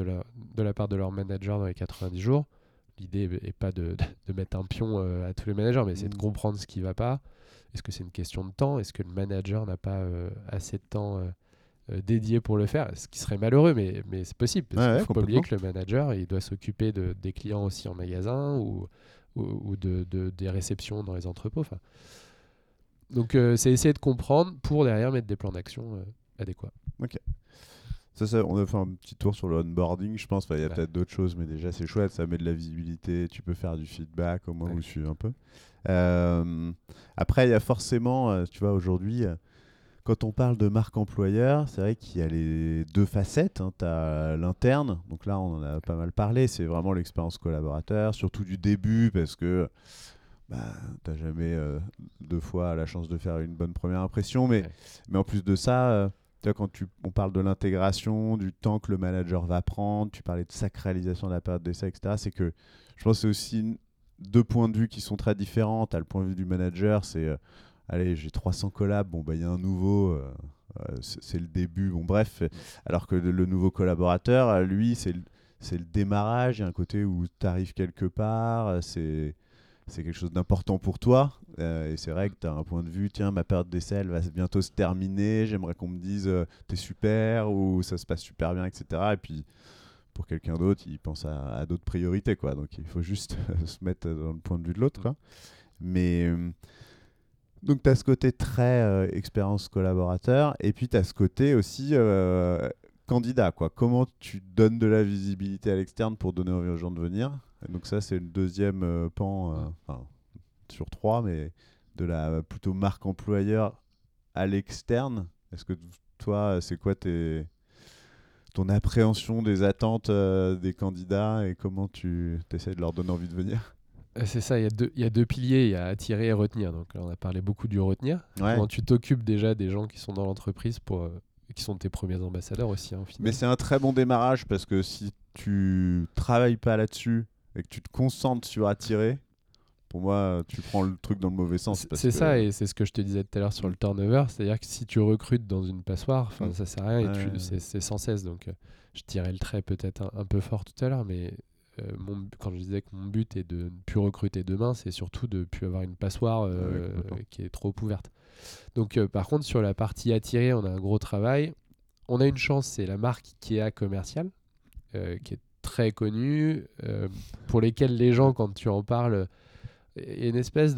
la part de leur manager dans les 90 jours, l'idée n'est pas de mettre un pion à tous les managers, mais c'est de comprendre ce qui ne va pas. Est-ce que c'est une question de temps? Est-ce que le manager n'a pas assez de temps dédié pour le faire? Ce qui serait malheureux, mais c'est possible. Parce qu'il ne faut pas oublier que le manager, il doit s'occuper des clients aussi en magasin ou des réceptions dans les entrepôts. Enfin, donc c'est essayer de comprendre pour derrière mettre des plans d'action adéquats. Ok. Ça, on a fait un petit tour sur le onboarding, je pense. Il y a peut-être d'autres choses, mais déjà, c'est chouette. Ça met de la visibilité. Tu peux faire du feedback, au moins vous suivez un peu. Après, il y a forcément, tu vois, aujourd'hui, quand on parle de marque employeur, c'est vrai qu'il y a les deux facettes. Hein. Tu as l'interne, donc là, on en a pas mal parlé. C'est vraiment l'expérience collaborateur, surtout du début, parce que tu n'as jamais deux fois la chance de faire une bonne première impression. Mais en plus de ça, quand on parle de l'intégration, du temps que le manager va prendre, tu parlais de sacralisation de la période d'essai, etc. C'est que je pense que c'est aussi deux points de vue qui sont très différents. Tu as le point de vue du manager, c'est allez, j'ai 300 collabs, bon, il y a un nouveau, c'est le début, bon, bref. Alors que le nouveau collaborateur, lui, c'est le démarrage. Il y a un côté où tu arrives quelque part, c'est quelque chose d'important pour toi. Et c'est vrai que tu as un point de vue, tiens, ma période d'essai, elle va bientôt se terminer, j'aimerais qu'on me dise t'es super ou ça se passe super bien, etc. Et puis pour quelqu'un d'autre, il pense à d'autres priorités, quoi. Donc il faut juste se mettre dans le point de vue de l'autre, quoi. Mais donc tu as ce côté très expérience collaborateur et puis tu as ce côté aussi candidat, quoi. Comment tu donnes de la visibilité à l'externe pour donner envie aux gens de venir. Et donc ça, c'est le deuxième pan, sur 3, mais de la plutôt marque employeur à l'externe. Est-ce que toi, c'est quoi ton appréhension des attentes des candidats et comment tu essaies de leur donner envie de venir? C'est ça, il y a deux piliers, il y a attirer et retenir. Donc là, on a parlé beaucoup du retenir. Ouais. Comment tu t'occupes déjà des gens qui sont dans l'entreprise qui sont tes premiers ambassadeurs aussi, hein, au final. Mais c'est un très bon démarrage parce que si tu travailles pas là-dessus et que tu te concentres sur attirer, pour moi, tu prends le truc dans le mauvais sens. C'est ça, et c'est ce que je te disais tout à l'heure sur le turnover, c'est-à-dire que si tu recrutes dans une passoire, ça sert à rien, et c'est sans cesse. Donc je tirais le trait peut-être un peu fort tout à l'heure, mais quand je disais que mon but est de ne plus recruter demain, c'est surtout de ne plus avoir une passoire qui est trop ouverte. Donc par contre, sur la partie attirer, on a un gros travail. On a une chance, c'est la marque Ikea commerciale, qui est très connue, pour lesquelles les gens, quand tu en parles, il y a une espèce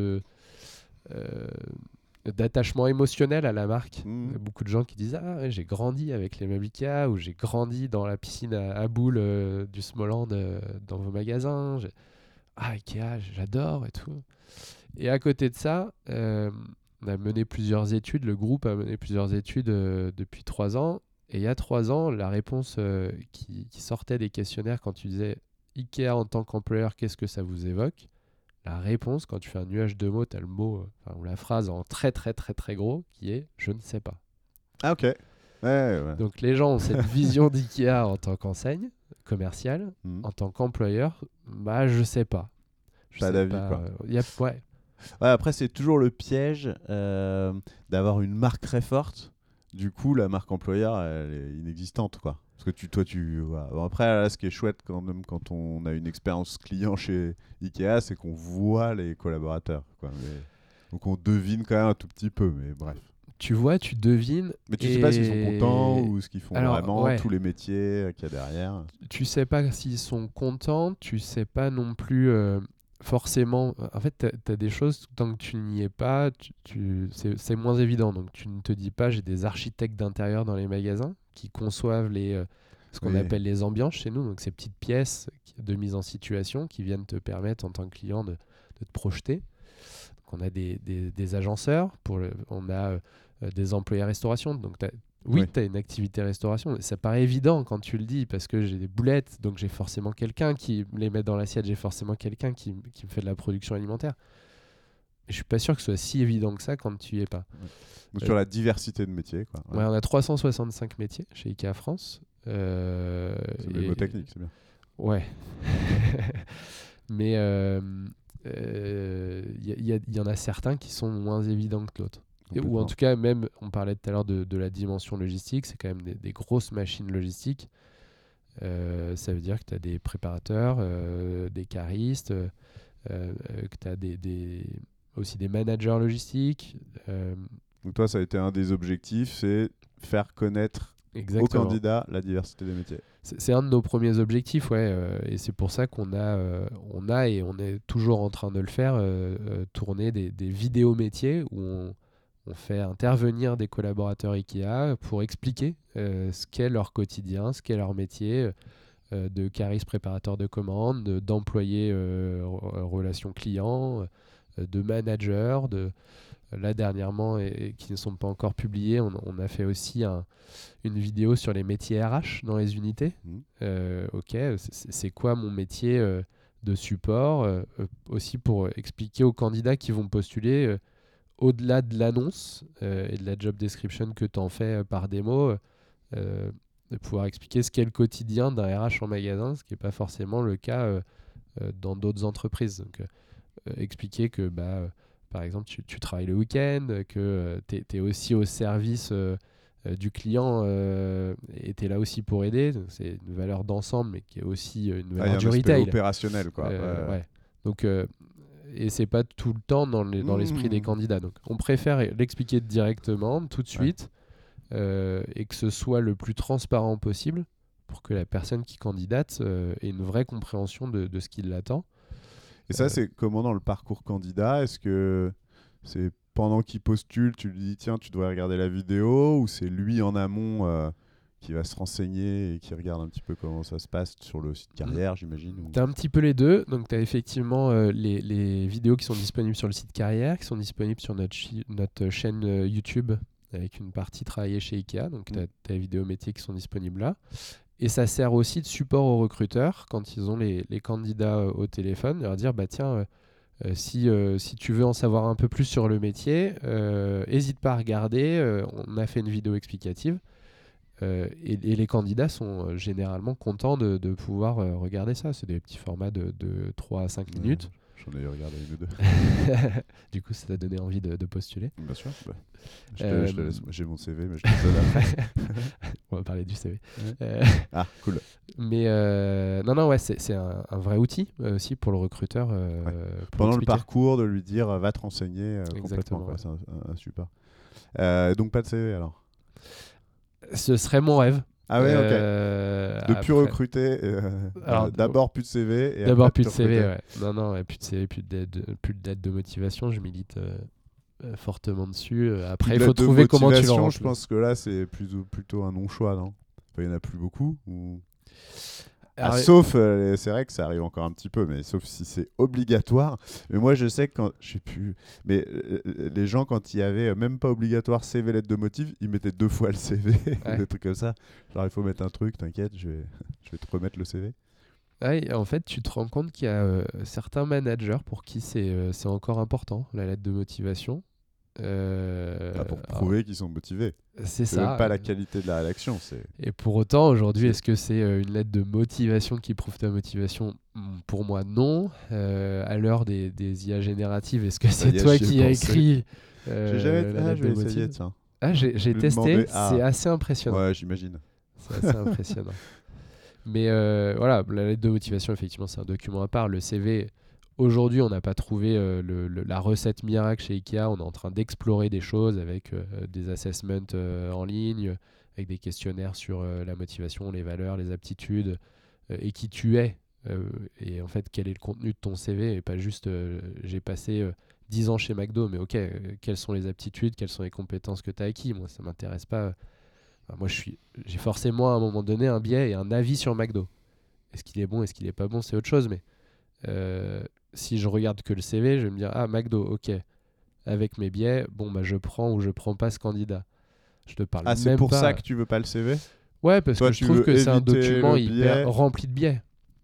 d'attachement émotionnel à la marque. Il y a beaucoup de gens qui disent « Ah, j'ai grandi avec les meubles Ikea » ou « J'ai grandi dans la piscine à boules du Smoland dans vos magasins. » Ah, Ikea, j'adore et tout. Et à côté de ça, on a mené plusieurs études, le groupe a mené plusieurs études depuis 3 ans. Et il y a 3 ans, la réponse qui sortait des questionnaires quand tu disais « Ikea en tant qu'employeur, qu'est-ce que ça vous évoque ?» La réponse, quand tu fais un nuage de mots, tu as le mot ou la phrase en très très très très gros qui est « je ne sais pas ». Ah ok. Ouais. Donc les gens ont cette vision d'IKEA en tant qu'enseigne commerciale, en tant qu'employeur, je sais pas. Pas d'avis, quoi. Ouais, après, c'est toujours le piège d'avoir une marque très forte. Du coup, la marque employeur, elle est inexistante, quoi. Parce que voilà. Bon, après, là, ce qui est chouette quand même quand on a une expérience client chez Ikea, c'est qu'on voit les collaborateurs, quoi. Donc on devine quand même un tout petit peu, mais bref. Tu vois, tu devines. Mais tu sais pas s'ils sont contents ou ce qu'ils font vraiment, tous les métiers qu'il y a derrière. Tu sais pas s'ils sont contents, tu sais pas non plus forcément. En fait, tu as des choses, tant que tu n'y es pas, c'est moins évident. Donc tu ne te dis pas, j'ai des architectes d'intérieur dans les magasins qui conçoivent ce qu'on appelle les ambiances chez nous, donc ces petites pièces de mise en situation qui viennent te permettre en tant que client de te projeter. Donc on a des agenceurs, on a des employés restauration, donc tu as une activité restauration. Ça paraît évident quand tu le dis, parce que j'ai des boulettes, donc j'ai forcément quelqu'un qui les met dans l'assiette, j'ai forcément quelqu'un qui me fait de la production alimentaire. Je suis pas sûr que ce soit si évident que ça quand tu y es pas. Ouais. Donc sur la diversité de métiers, quoi. Ouais, on a 365 métiers chez IKEA France. C'est des mots techniques, c'est bien. Ouais. Mais il y en a certains qui sont moins évidents que d'autres. Ou en tout cas, même, on parlait tout à l'heure de la dimension logistique, c'est quand même des grosses machines logistiques. Ça veut dire que tu as des préparateurs, des caristes, que tu as aussi des managers logistiques. Donc toi, ça a été un des objectifs, c'est faire connaître aux candidats la diversité des métiers. C'est un de nos premiers objectifs, ouais, et c'est pour ça qu'on a et on est toujours en train de le faire, tourner des vidéos métiers où on fait intervenir des collaborateurs IKEA pour expliquer ce qu'est leur quotidien, ce qu'est leur métier, de cariste préparateur de commandes, d'employés relations clients, de managers, là dernièrement, et qui ne sont pas encore publiés, on a fait aussi une vidéo sur les métiers RH dans les unités. Ok, c'est quoi mon métier de support, aussi pour expliquer aux candidats qui vont postuler, au-delà de l'annonce et de la job description que tu en fais par démo, de pouvoir expliquer ce qu'est le quotidien d'un RH en magasin, ce qui n'est pas forcément le cas dans d'autres entreprises. Donc, expliquer que, par exemple, tu travailles le week-end, que tu es aussi au service du client et tu es là aussi pour aider. Donc, c'est une valeur d'ensemble, mais qui est aussi une valeur du retail. Opérationnel, quoi. Ouais. Donc, et c'est pas tout le temps dans l'esprit des candidats. Donc, on préfère l'expliquer directement, tout de suite, et que ce soit le plus transparent possible pour que la personne qui candidate ait une vraie compréhension de ce qui l'attend. Et ça, c'est comment dans le parcours candidat? Est-ce que c'est pendant qu'il postule, tu lui dis tiens, tu devrais regarder la vidéo, ou c'est lui en amont qui va se renseigner et qui regarde un petit peu comment ça se passe sur le site carrière, j'imagine ou... Tu as un petit peu les deux. Donc, tu as effectivement les vidéos qui sont disponibles sur le site carrière, qui sont disponibles sur notre chaîne YouTube, avec une partie travaillée chez IKEA. Donc, tu as les vidéos métiers qui sont disponibles là. Et ça sert aussi de support aux recruteurs quand ils ont les candidats au téléphone, leur dire tiens, si tu veux en savoir un peu plus sur le métier, n'hésite pas à regarder, on a fait une vidéo explicative. Et les candidats sont généralement contents de pouvoir regarder ça. C'est des petits formats de 3 à 5 minutes. J'en ai regardé une ou deux. Du coup, ça t'a donné envie de postuler. Bien sûr. Je te laisse. J'ai mon CV, mais je te donne après. On va parler du CV. Ah, cool. Mais non, ouais, c'est un vrai outil aussi pour le recruteur. Pendant le parcours, de lui dire va te renseigner complètement. Ouais. C'est un super. Donc, pas de CV alors? Ce serait mon rêve. Ah ouais, ok. De plus recruter, d'abord plus de CV. Et d'abord plus de CV, ouais. Non, plus de CV, plus de lettre de motivation. Je milite fortement dessus. Après, il faut trouver comment tu le remplis. Je pense que là, c'est plutôt un non-choix, non? Enfin, il n'y en a plus beaucoup ou... sauf, c'est vrai que ça arrive encore un petit peu, mais sauf si c'est obligatoire. Mais moi, je sais que quand, je sais plus, mais les gens, quand il y avait même pas obligatoire CV, lettre de motif, ils mettaient 2 fois le CV, des trucs comme ça. Genre, il faut mettre un truc, t'inquiète, je vais te remettre le CV. Ouais, en fait, tu te rends compte qu'il y a certains managers pour qui c'est encore important, la lettre de motivation. Pour prouver qu'ils sont motivés. C'est ça. Même pas la qualité de la rédaction. Et pour autant, aujourd'hui, est-ce que c'est une lettre de motivation qui prouve ta motivation? Pour moi, non. À l'heure des IA génératives, est-ce que c'est toi qui as écrit j'ai jamais... la lettre de motivation? Essayer, tiens. J'ai testé, c'est assez impressionnant. Ouais, j'imagine. C'est assez impressionnant. Mais voilà, la lettre de motivation, effectivement, c'est un document à part. Le CV... Aujourd'hui, on n'a pas trouvé la recette miracle chez IKEA. On est en train d'explorer des choses avec des assessments en ligne, avec des questionnaires sur la motivation, les valeurs, les aptitudes, et qui tu es. Et en fait, quel est le contenu de ton CV, et pas juste j'ai passé 10 ans chez McDo, mais ok, quelles sont les aptitudes, quelles sont les compétences que tu as acquis? Moi, ça ne m'intéresse pas. Moi, j'ai forcément à un moment donné un biais et un avis sur McDo. Est-ce qu'il est bon, est-ce qu'il est pas bon, c'est autre chose. Mais si je regarde que le CV, je vais me dire McDo, ok. Avec mes biais, bon je prends ou je prends pas ce candidat. Je te parle c'est même pour pas. ça que tu veux pas le CV? Ouais, parce Toi, que je trouve que c'est un document biais. rempli de biais.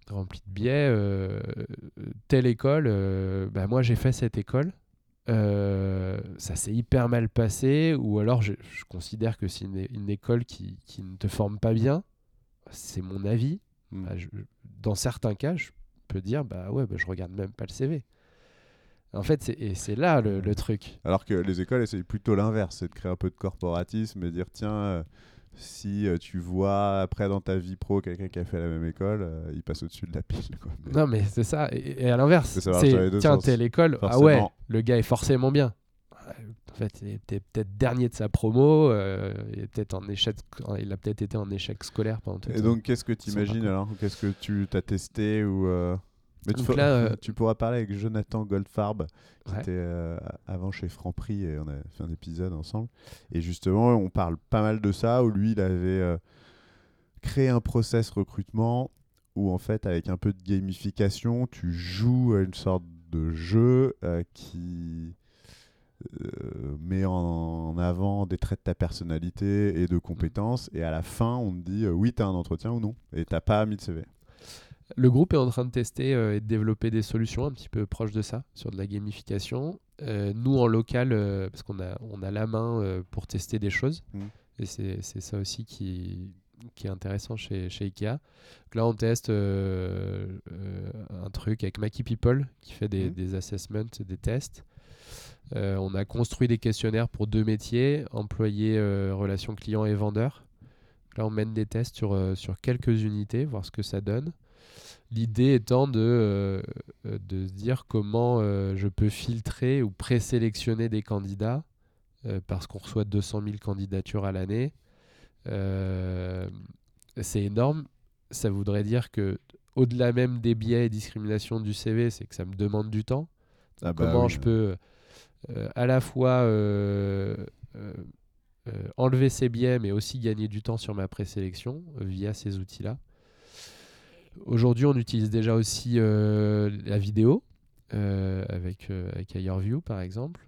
Telle école, moi j'ai fait cette école. Ça s'est hyper mal passé, ou alors je considère que c'est une école qui ne te forme pas bien. C'est mon avis. Dans certains cas, je peux dire je regarde même pas le CV. En fait, c'est là le truc. Alors que les écoles essayent plutôt l'inverse, c'est de créer un peu de corporatisme et dire tiens, si tu vois après dans ta vie pro quelqu'un qui a fait la même école, il passe au-dessus de la pile. Quoi. Non, mais c'est ça. Et à l'inverse, tiens, telle école, forcément. Ah ouais, le gars est forcément bien. En fait, il était peut-être dernier de sa promo, il a peut-être été en échec scolaire pendant tout le temps. Et donc, qu'est-ce que tu imagines alors? Qu'est-ce que tu t'as testé ou Mais tu pourras parler avec Jonathan Goldfarb, qui était avant chez Franprix, et on a fait un épisode ensemble. Et justement, on parle pas mal de ça, où lui, il avait créé un process recrutement où, en fait, avec un peu de gamification, tu joues à une sorte de jeu qui met en avant des traits de ta personnalité et de compétences. Et à la fin, on te dit oui, tu as un entretien ou non. Et tu n'as pas mis de CV. Le groupe est en train de tester et de développer des solutions un petit peu proches de ça, sur de la gamification. Nous, en local, parce qu'on a la main pour tester des choses, et c'est ça aussi qui est intéressant chez Ikea. Donc là, on teste un truc avec Mackie People, qui fait des assessments, des tests. On a construit des questionnaires pour 2 métiers, employés, relations clients et vendeurs. Donc là, on mène des tests sur quelques unités, voir ce que ça donne. L'idée étant de se dire comment je peux filtrer ou présélectionner des candidats, parce qu'on reçoit 200 000 candidatures à l'année. C'est énorme. Ça voudrait dire que, au-delà même des biais et discriminations du CV, c'est que ça me demande du temps. Comment je peux à la fois enlever ces biais, mais aussi gagner du temps sur ma présélection via ces outils-là. Aujourd'hui, on utilise déjà aussi la vidéo avec HireVue, par exemple.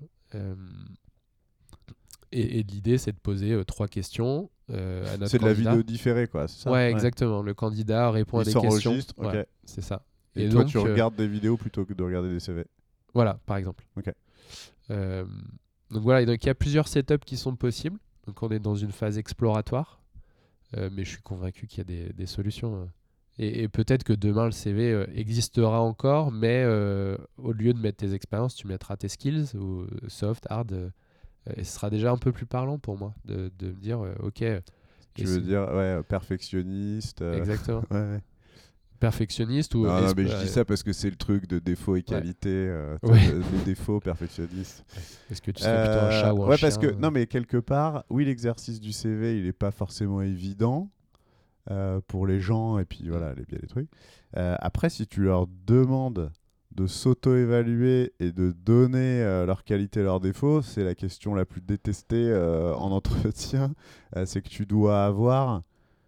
Et l'idée, c'est de poser 3 questions à notre candidat. C'est de la vidéo différée, quoi, c'est ça? Ouais, exactement. Le candidat répond à des questions. Il s'enregistre, ok. Ouais, c'est ça. Et toi, donc, tu regardes des vidéos plutôt que de regarder des CV? Voilà, par exemple. Ok. Donc voilà, et donc il y a plusieurs setups qui sont possibles. Donc on est dans une phase exploratoire, mais je suis convaincu qu'il y a des solutions. Et peut-être que demain le CV existera encore, mais au lieu de mettre tes expériences, tu mettras tes skills, ou soft, hard, et ce sera déjà un peu plus parlant pour moi de me dire ok. Tu veux dire perfectionniste. Exactement. Ouais. Perfectionniste ou non, mais je dis ça parce que c'est le truc de défaut et qualité. Les défauts, perfectionniste. Est-ce que tu serais plutôt un chat ou un chien? Parce que non, mais quelque part, oui, l'exercice du CV, il n'est pas forcément évident pour les gens, et puis voilà, il y a des trucs. Après, si tu leur demandes de s'auto-évaluer et de donner leurs qualités et leurs défauts, c'est la question la plus détestée en entretien. C'est que tu dois avoir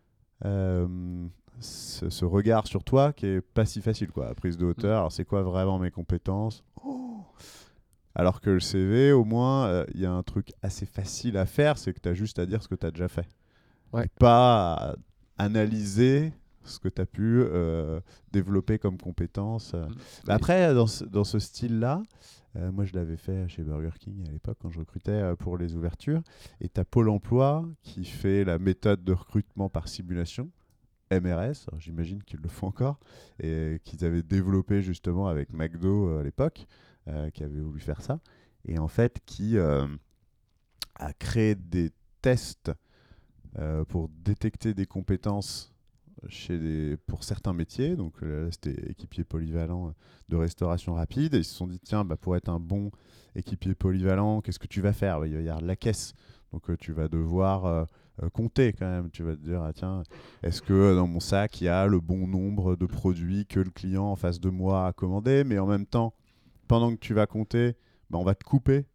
ce regard sur toi qui est pas si facile, quoi, prise de hauteur. Alors c'est quoi vraiment mes compétences? Alors que le CV, au moins, il y a un truc assez facile à faire, c'est que tu as juste à dire ce que tu as déjà fait. Ouais. Et pas analyser ce que tu as pu développer comme compétences. Après, dans ce style-là, moi je l'avais fait chez Burger King à l'époque quand je recrutais pour les ouvertures, et tu as Pôle emploi qui fait la méthode de recrutement par simulation, MRS, j'imagine qu'ils le font encore, et qu'ils avaient développé justement avec McDo à l'époque, qui avait voulu faire ça, et en fait qui a créé des tests pour détecter des compétences pour certains métiers. Donc là, c'était équipier polyvalent de restauration rapide, et ils se sont dit tiens, pour être un bon équipier polyvalent, qu'est-ce que tu vas faire? Il va y avoir de la caisse, donc tu vas devoir compter quand même. Tu vas te dire tiens, est-ce que dans mon sac il y a le bon nombre de produits que le client en face de moi a commandé? Mais en même temps, pendant que tu vas compter, on va te couper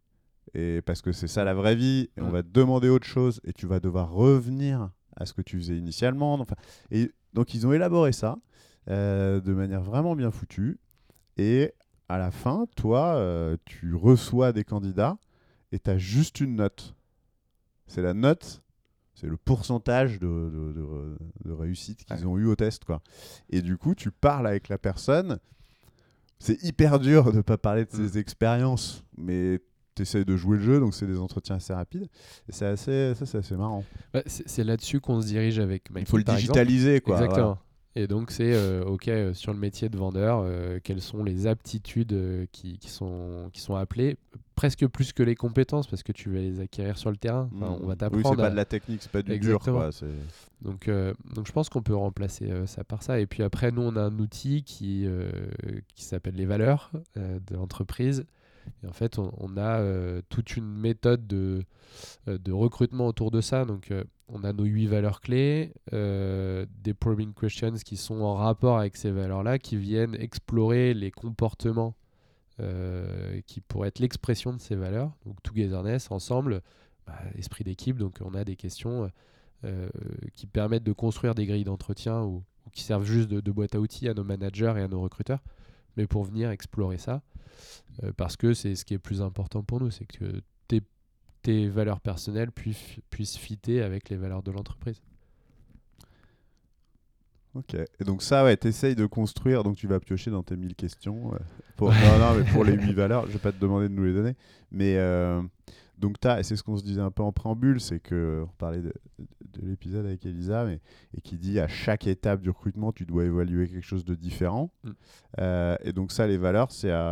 et parce que c'est ça la vraie vie, et on va te demander autre chose, et tu vas devoir revenir à ce que tu faisais initialement. Enfin, et donc ils ont élaboré ça de manière vraiment bien foutue, et à la fin, toi, tu reçois des candidats, et tu as juste une note. C'est la note, c'est le pourcentage de réussite qu'ils ont eu au test, quoi. Et du coup, tu parles avec la personne. C'est hyper dur de ne pas parler de ses expériences, mais tu essaies de jouer le jeu, donc c'est des entretiens assez rapides. Et c'est assez marrant. C'est là-dessus qu'on se dirige avec Mikey. Il faut le digitaliser, quoi. Exactement. Voilà. Et donc, c'est sur le métier de vendeur, quelles sont les aptitudes qui sont appelées, presque plus que les compétences, parce que tu vas les acquérir sur le terrain. Enfin, on va t'apprendre. Oui, c'est pas de la technique, c'est pas du dur, quoi. Donc, je pense qu'on peut remplacer ça par ça. Et puis après, nous, on a un outil qui s'appelle les valeurs de l'entreprise. Et en fait, on a toute une méthode de recrutement autour de ça. Donc, on a nos 8 valeurs clés, des probing questions qui sont en rapport avec ces valeurs-là, qui viennent explorer les comportements qui pourraient être l'expression de ces valeurs. Donc, togetherness, ensemble, esprit d'équipe. Donc, on a des questions qui permettent de construire des grilles d'entretien ou qui servent juste de boîte à outils à nos managers et à nos recruteurs, mais pour venir explorer ça. Parce que c'est ce qui est plus important pour nous, c'est que tes valeurs personnelles puissent fitter avec les valeurs de l'entreprise. Ok. Et donc ça, ouais, t'essayes de construire, donc tu vas piocher dans tes 1000 questions. Non, mais pour les 8 valeurs, je vais pas te demander de nous les donner. Mais donc et c'est ce qu'on se disait un peu en préambule, c'est qu'on parlait de l'épisode avec Elisa, et qui dit à chaque étape du recrutement, tu dois évaluer quelque chose de différent. Et donc ça, les valeurs,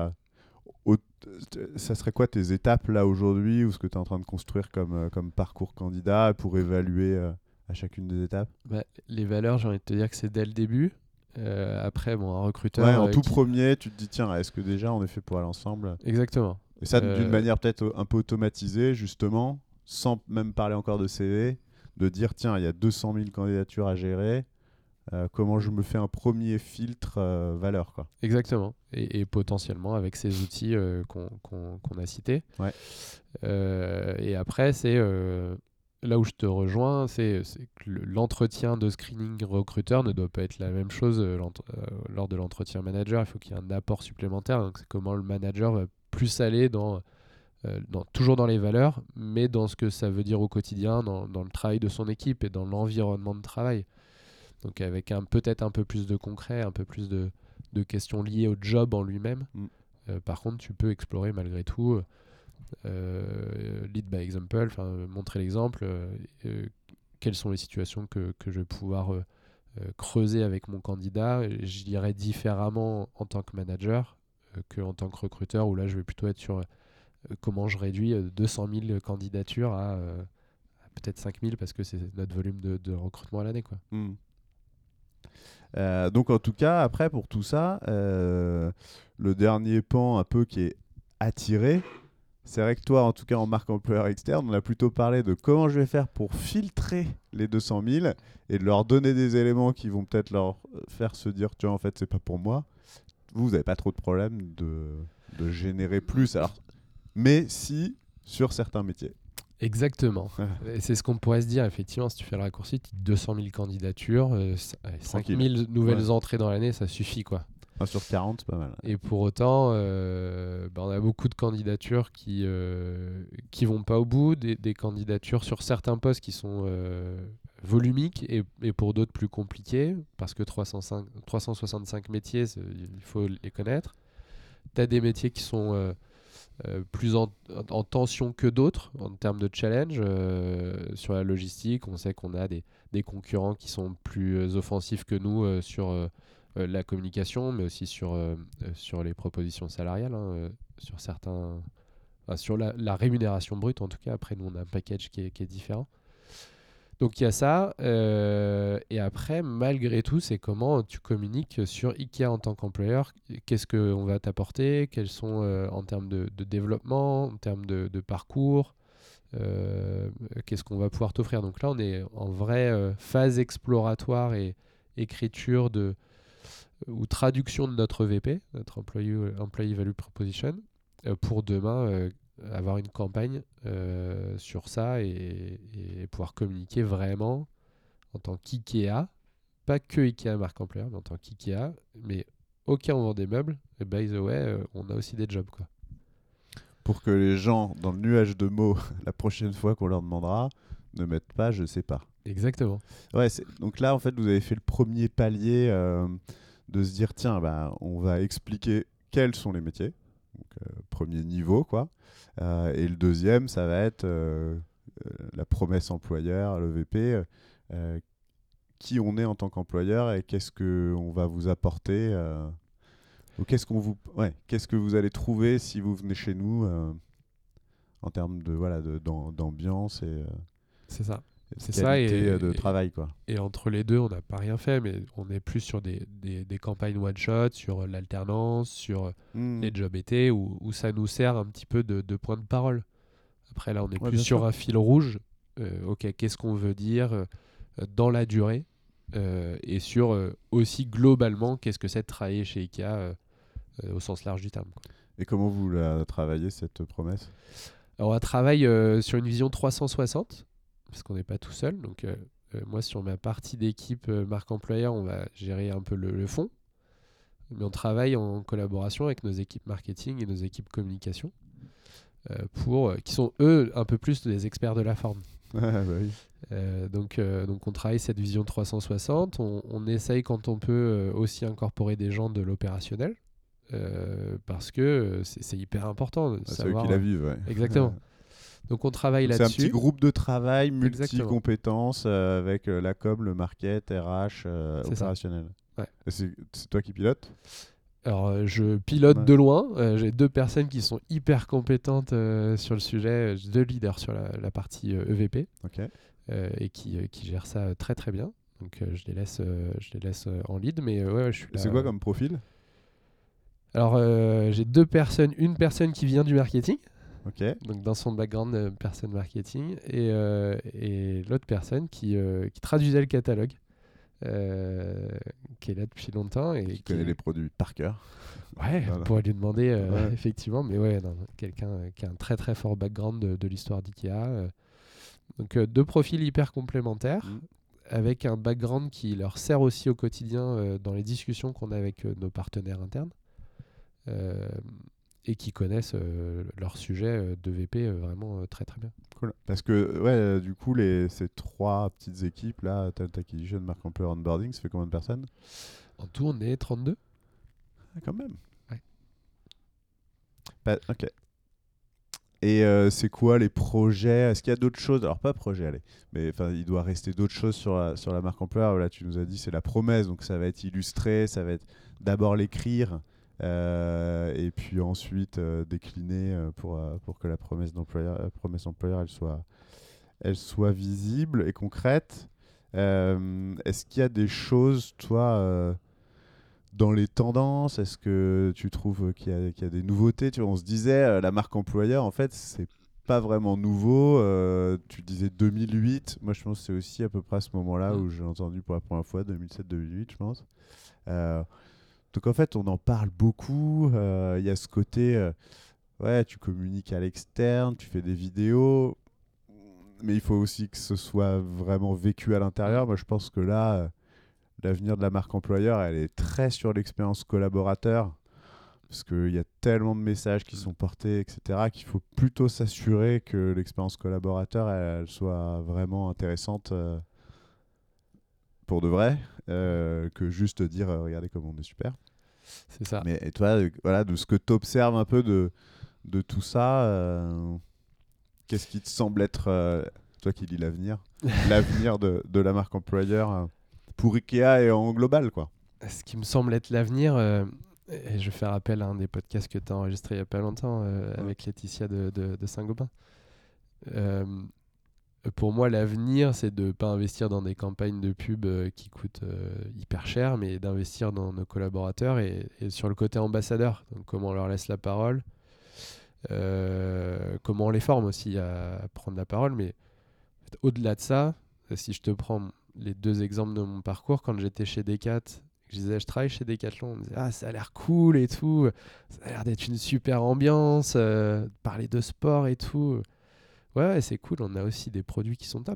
ça serait quoi tes étapes là aujourd'hui, ou ce que tu es en train de construire comme parcours candidat pour évaluer à chacune des étapes? Les valeurs, j'ai envie de te dire que c'est dès le début. Après, un recruteur... en tout premier, tu te dis, tiens, est-ce que déjà on est fait pour aller ensemble? Exactement. Et ça, d'une manière peut-être un peu automatisée, justement, sans même parler encore de CV, de dire, tiens, il y a 200 000 candidatures à gérer. Comment je me fais un premier filtre valeur, quoi. Exactement. Et potentiellement avec ces outils qu'on a cités. Ouais. Et après, c'est là où je te rejoins, c'est que l'entretien de screening recruteur ne doit pas être la même chose lors de l'entretien manager. Il faut qu'il y ait un apport supplémentaire. Donc, c'est comment le manager va plus aller toujours dans les valeurs, mais dans ce que ça veut dire au quotidien, dans le travail de son équipe et dans l'environnement de travail. Donc avec peut-être un peu plus de concret, un peu plus de questions liées au job en lui-même. Par contre, tu peux explorer malgré tout, lead by example, montrer l'exemple, quelles sont les situations que je vais pouvoir creuser avec mon candidat. Je dirais différemment en tant que manager qu'en tant que recruteur, où là je vais plutôt être sur comment je réduis 200 000 candidatures à peut-être 5 000, parce que c'est notre volume de recrutement à l'année, quoi. Donc en tout cas, après pour tout ça, le dernier pan un peu qui est attiré, c'est vrai que toi, en tout cas en marque employeur externe, on a plutôt parlé de comment je vais faire pour filtrer les 200 000 et de leur donner des éléments qui vont peut-être leur faire se dire, tiens, en fait, c'est pas pour moi. Vous n'avez pas trop de problème de générer plus, alors, mais si sur certains métiers. Exactement. C'est ce qu'on pourrait se dire, effectivement, si tu fais le raccourci, 200 000 candidatures, 5 000 nouvelles entrées dans l'année, ça suffit, quoi. 1 sur 40, c'est pas mal. Et pour autant, on a beaucoup de candidatures qui vont pas au bout, des candidatures sur certains postes qui sont volumiques et pour d'autres plus compliqués, parce que 365 métiers, il faut les connaître. Tu as des métiers qui sont plus en tension que d'autres en termes de challenge. Sur la logistique, on sait qu'on a des concurrents qui sont plus offensifs que nous sur la communication, mais aussi sur les propositions salariales, sur certains, sur la rémunération brute en tout cas. Après, nous on a un package qui est différent. Donc il y a ça, et après, malgré tout, c'est comment tu communiques sur IKEA en tant qu'employeur. Qu'est-ce qu'on va t'apporter, quels sont en termes de développement, en termes de parcours, qu'est-ce qu'on va pouvoir t'offrir. Donc là, on est en vraie phase exploratoire et écriture ou traduction de notre VP, notre Employee Value Proposition, pour demain avoir une campagne sur ça et pouvoir communiquer vraiment en tant qu'IKEA, pas que IKEA marque employeur, mais en tant qu'IKEA. Mais ok, on vend des meubles, et by the way, on a aussi des jobs, quoi. Pour que les gens, dans le nuage de mots, la prochaine fois qu'on leur demandera, ne mettent pas je sais pas. Exactement. Ouais, donc là, en fait, vous avez fait le premier palier de se dire, tiens, bah, on va expliquer quels sont les métiers. Donc, premier niveau, quoi. Et le deuxième, ça va être la promesse employeur, le VP, qui on est en tant qu'employeur et qu'est-ce qu'on va vous apporter. Ou qu'est-ce que vous allez trouver si vous venez chez nous en termes d'ambiance et C'est ça. de C'est ça, qualité de travail, quoi. Et entre les deux, on n'a pas rien fait, mais on est plus sur des campagnes one-shot, sur l'alternance, sur les jobs été, où ça nous sert un petit peu de point de parole. Après, là, on est plus bien sur sûr. un fil rouge. Ok, qu'est-ce qu'on veut dire dans la durée et sur aussi globalement, qu'est-ce que c'est de travailler chez IKEA au sens large du terme, quoi. Et comment vous la travaillez, cette promesse ? Alors, on travaille sur une vision 360, parce qu'on n'est pas tout seul. Donc, moi, sur ma partie d'équipe marque employeur, on va gérer un peu le fond. Mais on travaille en collaboration avec nos équipes marketing et nos équipes communication, qui sont, eux, un peu plus des experts de la forme. Bah oui. Donc, on travaille cette vision 360. On essaye, quand on peut, aussi incorporer des gens de l'opérationnel, parce que c'est hyper important de C'est savoir... eux qui la vivent, ouais. Exactement. Donc on travaille Donc là-dessus. c'est un petit groupe de travail Exactement. multi-compétences avec la com, le market, RH, C'est ça. opérationnel. Ouais. Et c'est toi qui pilotes ? Alors je pilote Ouais. de loin. J'ai 2 personnes qui sont hyper compétentes sur le sujet, 2 leaders sur la partie EVP, Ok. et qui gèrent ça très très bien. Donc je les laisse en lead, mais ouais, je suis Et là. c'est quoi comme profil ? Alors j'ai 2 personnes, une personne qui vient du marketing, Ok. donc dans son background personne marketing, et l'autre personne qui traduisait le catalogue, qui est là depuis longtemps et Qui connaît les produits par cœur. Ouais, Voilà. on pourrait lui demander Ouais. effectivement, mais ouais, non, quelqu'un qui a un très très fort background de l'histoire d'IKEA. Donc 2 profils hyper complémentaires, avec un background qui leur sert aussi au quotidien dans les discussions qu'on a avec nos partenaires internes, et qui connaissent leur sujet de VP vraiment très très bien. Cool. Parce que, du coup, ces 3 petites équipes, là, Talent Acquisition, Marque Employeur, Onboarding, ça fait combien de personnes ? En tout, on est 32. Ah, quand même. Ouais. Ok. Et c'est quoi les projets ? Est-ce qu'il y a d'autres choses ? Alors, pas projet, allez. Mais il doit rester d'autres choses sur la marque employeur. Là, tu nous as dit, c'est la promesse. Donc, ça va être illustré. Ça va être d'abord l'écrire. Et puis ensuite décliner pour que la promesse employeur elle soit visible et concrète. Est-ce qu'il y a des choses, toi, dans les tendances ? Est-ce que tu trouves qu'il y a des nouveautés ? Tu vois, on se disait, la marque employeur, en fait, c'est pas vraiment nouveau. Tu disais 2008. Moi, je pense que c'est aussi à peu près à ce moment-là où j'ai entendu pour la première fois, 2007-2008, je pense. Donc en fait, on en parle beaucoup. Il y a ce côté, tu communiques à l'externe, tu fais des vidéos, mais il faut aussi que ce soit vraiment vécu à l'intérieur. Moi, je pense que là, l'avenir de la marque employeur, elle est très sur l'expérience collaborateur, parce qu'il y a tellement de messages qui sont portés, etc., qu'il faut plutôt s'assurer que l'expérience collaborateur, elle soit vraiment intéressante pour de vrai, que juste dire regardez comme on est super. C'est ça. Mais et toi, de ce que tu observes un peu de tout ça, qu'est-ce qui te semble être, toi qui lis l'avenir de la marque employeur pour IKEA et en global, quoi. Ce qui me semble être l'avenir, et je vais faire appel à un des podcasts que tu as enregistré il n'y a pas longtemps avec Laetitia de Saint-Gobain. Pour moi, l'avenir, c'est de ne pas investir dans des campagnes de pub qui coûtent hyper cher, mais d'investir dans nos collaborateurs et sur le côté ambassadeur. Donc, comment on leur laisse la parole, comment on les forme aussi à prendre la parole. Mais au-delà de ça, si je te prends les 2 exemples de mon parcours, quand j'étais chez Decat, je disais je travaille chez Decathlon, on me disait ah ça a l'air cool et tout, ça a l'air d'être une super ambiance, parler de sport et tout. Ouais, c'est cool, on a aussi des produits qui sont top.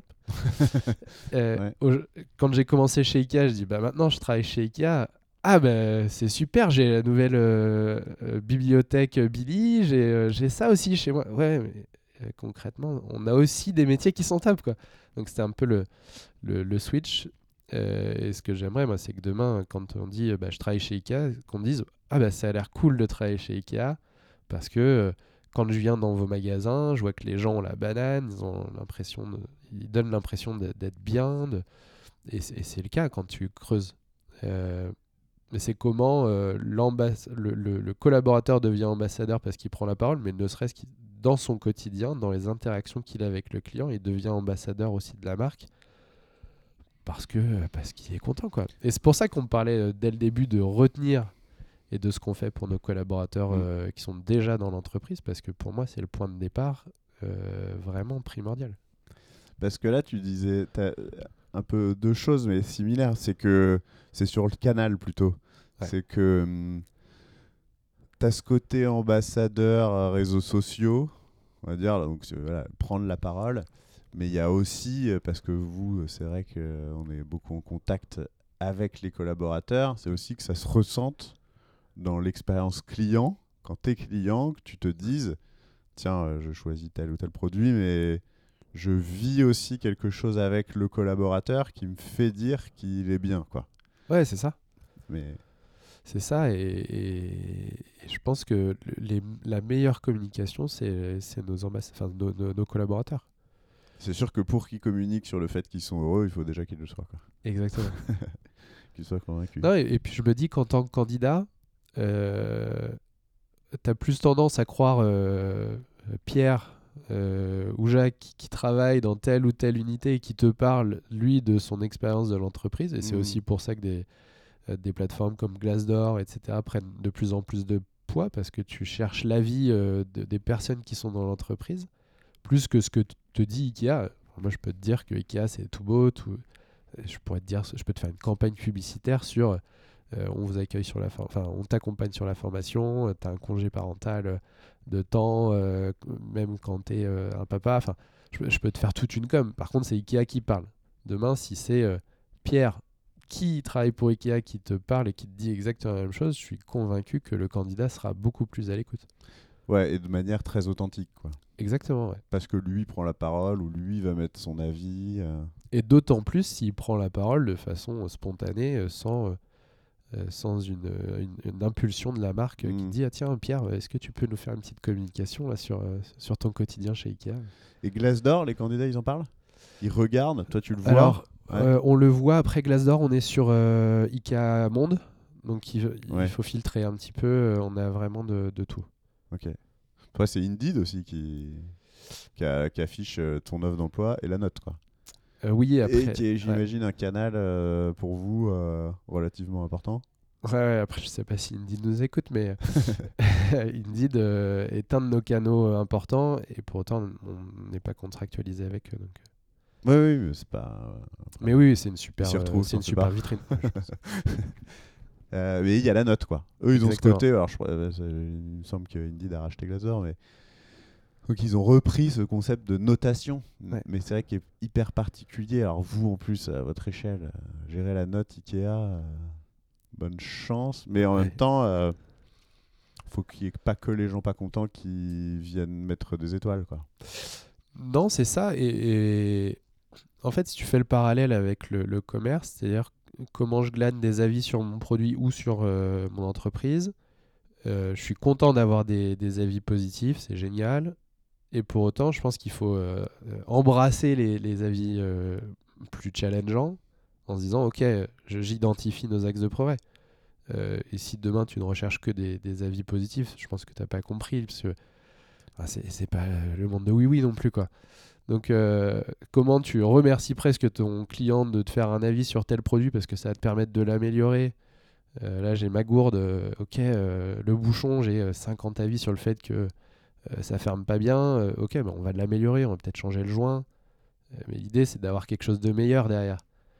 Quand j'ai commencé chez Ikea, je dis bah maintenant je travaille chez Ikea. Ah bah c'est super, j'ai la nouvelle bibliothèque Billy, j'ai ça aussi chez moi. Ouais, mais concrètement, on a aussi des métiers qui sont top quoi. Donc c'était un peu le switch. Et ce que j'aimerais, moi, c'est que demain, quand on dit bah, je travaille chez Ikea, qu'on me dise ah bah ça a l'air cool de travailler chez Ikea parce que quand je viens dans vos magasins, je vois que les gens ont la banane, ils donnent l'impression d'être bien, et c'est le cas quand tu creuses. Mais c'est comment le collaborateur devient ambassadeur parce qu'il prend la parole, mais ne serait-ce que dans son quotidien, dans les interactions qu'il a avec le client, il devient ambassadeur aussi de la marque parce qu'il est content quoi. Et c'est pour ça qu'on parlait dès le début de retenir et de ce qu'on fait pour nos collaborateurs qui sont déjà dans l'entreprise, parce que pour moi c'est le point de départ vraiment primordial. Parce que là tu disais un peu deux choses mais similaires, c'est que c'est sur le canal plutôt. Ouais. C'est que tu as ce côté ambassadeur réseaux sociaux, on va dire, donc voilà, prendre la parole, mais il y a aussi, parce que vous, c'est vrai qu'on est beaucoup en contact avec les collaborateurs, c'est aussi que ça se ressente dans l'expérience client, quand tu es client, que tu te dises tiens, je choisis tel ou tel produit, mais je vis aussi quelque chose avec le collaborateur qui me fait dire qu'il est bien, quoi. Ouais, c'est ça. Mais... C'est ça, et je pense que la meilleure communication, c'est nos collaborateurs. C'est sûr que pour qu'ils communiquent sur le fait qu'ils sont heureux, il faut déjà qu'ils le soient, quoi. Exactement. Qu'ils soient convaincus. Non, et puis je me dis qu'en tant que candidat, t'as plus tendance à croire Pierre ou Jacques qui travaille dans telle ou telle unité et qui te parle, lui, de son expérience de l'entreprise. Et c'est aussi pour ça que des plateformes comme Glassdoor, etc., prennent de plus en plus de poids parce que tu cherches l'avis des personnes qui sont dans l'entreprise, plus que ce que te dit Ikea. Moi, je peux te dire que Ikea, c'est tout beau. Je peux te faire une campagne publicitaire sur... on vous accueille on t'accompagne sur la formation, tu as un congé parental de temps, même quand tu es un papa. Je peux te faire toute une com. Par contre, c'est Ikea qui parle. Demain, si c'est Pierre qui travaille pour Ikea qui te parle et qui te dit exactement la même chose, je suis convaincu que le candidat sera beaucoup plus à l'écoute. Ouais, et de manière très authentique, quoi. Exactement, ouais. Parce que lui prend la parole ou lui va mettre son avis. Et d'autant plus s'il prend la parole de façon spontanée, sans une impulsion de la marque qui dit ah tiens Pierre, est-ce que tu peux nous faire une petite communication là, sur ton quotidien chez Ikea. Et Glassdoor, les candidats ils en parlent? Ils regardent, toi tu le vois? Alors on le voit après Glassdoor, on est sur Ikea Monde, donc il faut filtrer un petit peu, on a vraiment de tout. Ok. Toi c'est Indeed aussi qui affiche ton offre d'emploi et la note, quoi. Oui, après, et qui est, j'imagine, un canal pour vous relativement important. Ouais, après je sais pas si Indeed nous écoute, mais Indeed est un de nos canaux importants et pour autant on n'est pas contractualisé avec eux. Donc... Oui, mais c'est pas... mais oui, c'est une super vitrine. Mais il y a la note, quoi. Eux, ils Exactement. ont ce côté... Alors, il me semble que Indeed a racheté Glassdoor, mais... Donc, ils ont repris ce concept de notation. Ouais. Mais c'est vrai qu'il est hyper particulier. Alors, vous, en plus, à votre échelle, gérer la note Ikea, bonne chance. Mais en même temps, faut qu'il n'y ait pas que les gens pas contents qui viennent mettre des étoiles, quoi. Non, c'est ça. Et en fait, si tu fais le parallèle avec le commerce, c'est-à-dire comment je glane des avis sur mon produit ou sur mon entreprise, je suis content d'avoir des avis positifs, c'est génial. Et pour autant, je pense qu'il faut embrasser les avis plus challengeants en se disant ok, j'identifie nos axes de progrès. Et si demain tu ne recherches que des avis positifs, je pense que tu n'as pas compris, parce que c'est pas le monde de oui non plus, quoi. Donc comment tu remercies presque ton client de te faire un avis sur tel produit parce que ça va te permettre de l'améliorer. Là j'ai ma gourde, le bouchon, j'ai 50 avis sur le fait que ça ferme pas bien, on va l'améliorer, on va peut-être changer le joint, mais l'idée c'est d'avoir quelque chose de meilleur derrière.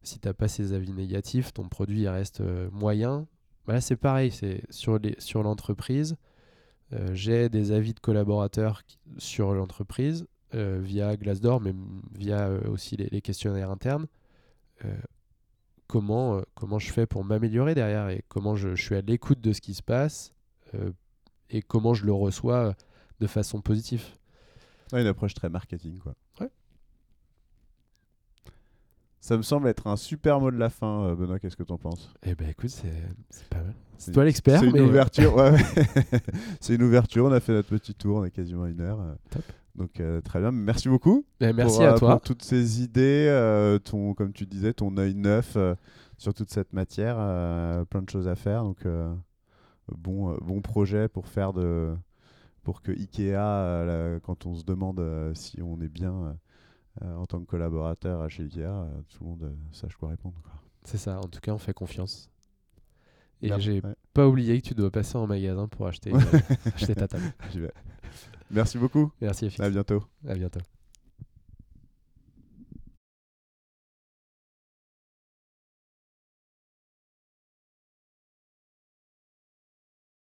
Si tu n'as pas ces avis négatifs, ton produit il reste moyen. Là, c'est pareil, c'est sur l'entreprise. J'ai des avis de collaborateurs sur l'entreprise via Glassdoor, mais via aussi les questionnaires internes. Comment je fais pour m'améliorer derrière et comment je suis à l'écoute de ce qui se passe et comment je le reçois de façon positive. Ouais, une approche très marketing, quoi. Ouais. Ça me semble être un super mot de la fin, Benoît, qu'est-ce que t'en penses? Eh ben écoute, c'est pas mal. C'est toi l'expert. C'est mais... une ouverture, ouais. C'est une ouverture, on a fait notre petit tour, on a quasiment 1 heure. Top. Donc très bien, merci beaucoup. Merci à toi. Pour toutes ces idées, comme tu disais, ton œil neuf sur toute cette matière, plein de choses à faire. Donc bon projet pour que Ikea, quand on se demande si on est bien en tant que collaborateur chez Ikea, tout le monde sache quoi répondre, quoi. C'est ça, en tout cas on fait confiance. Et Bien, j'ai ouais. pas oublié que tu dois passer en magasin pour acheter ta table. J'y vais. Merci beaucoup. Merci FX. À bientôt. À bientôt.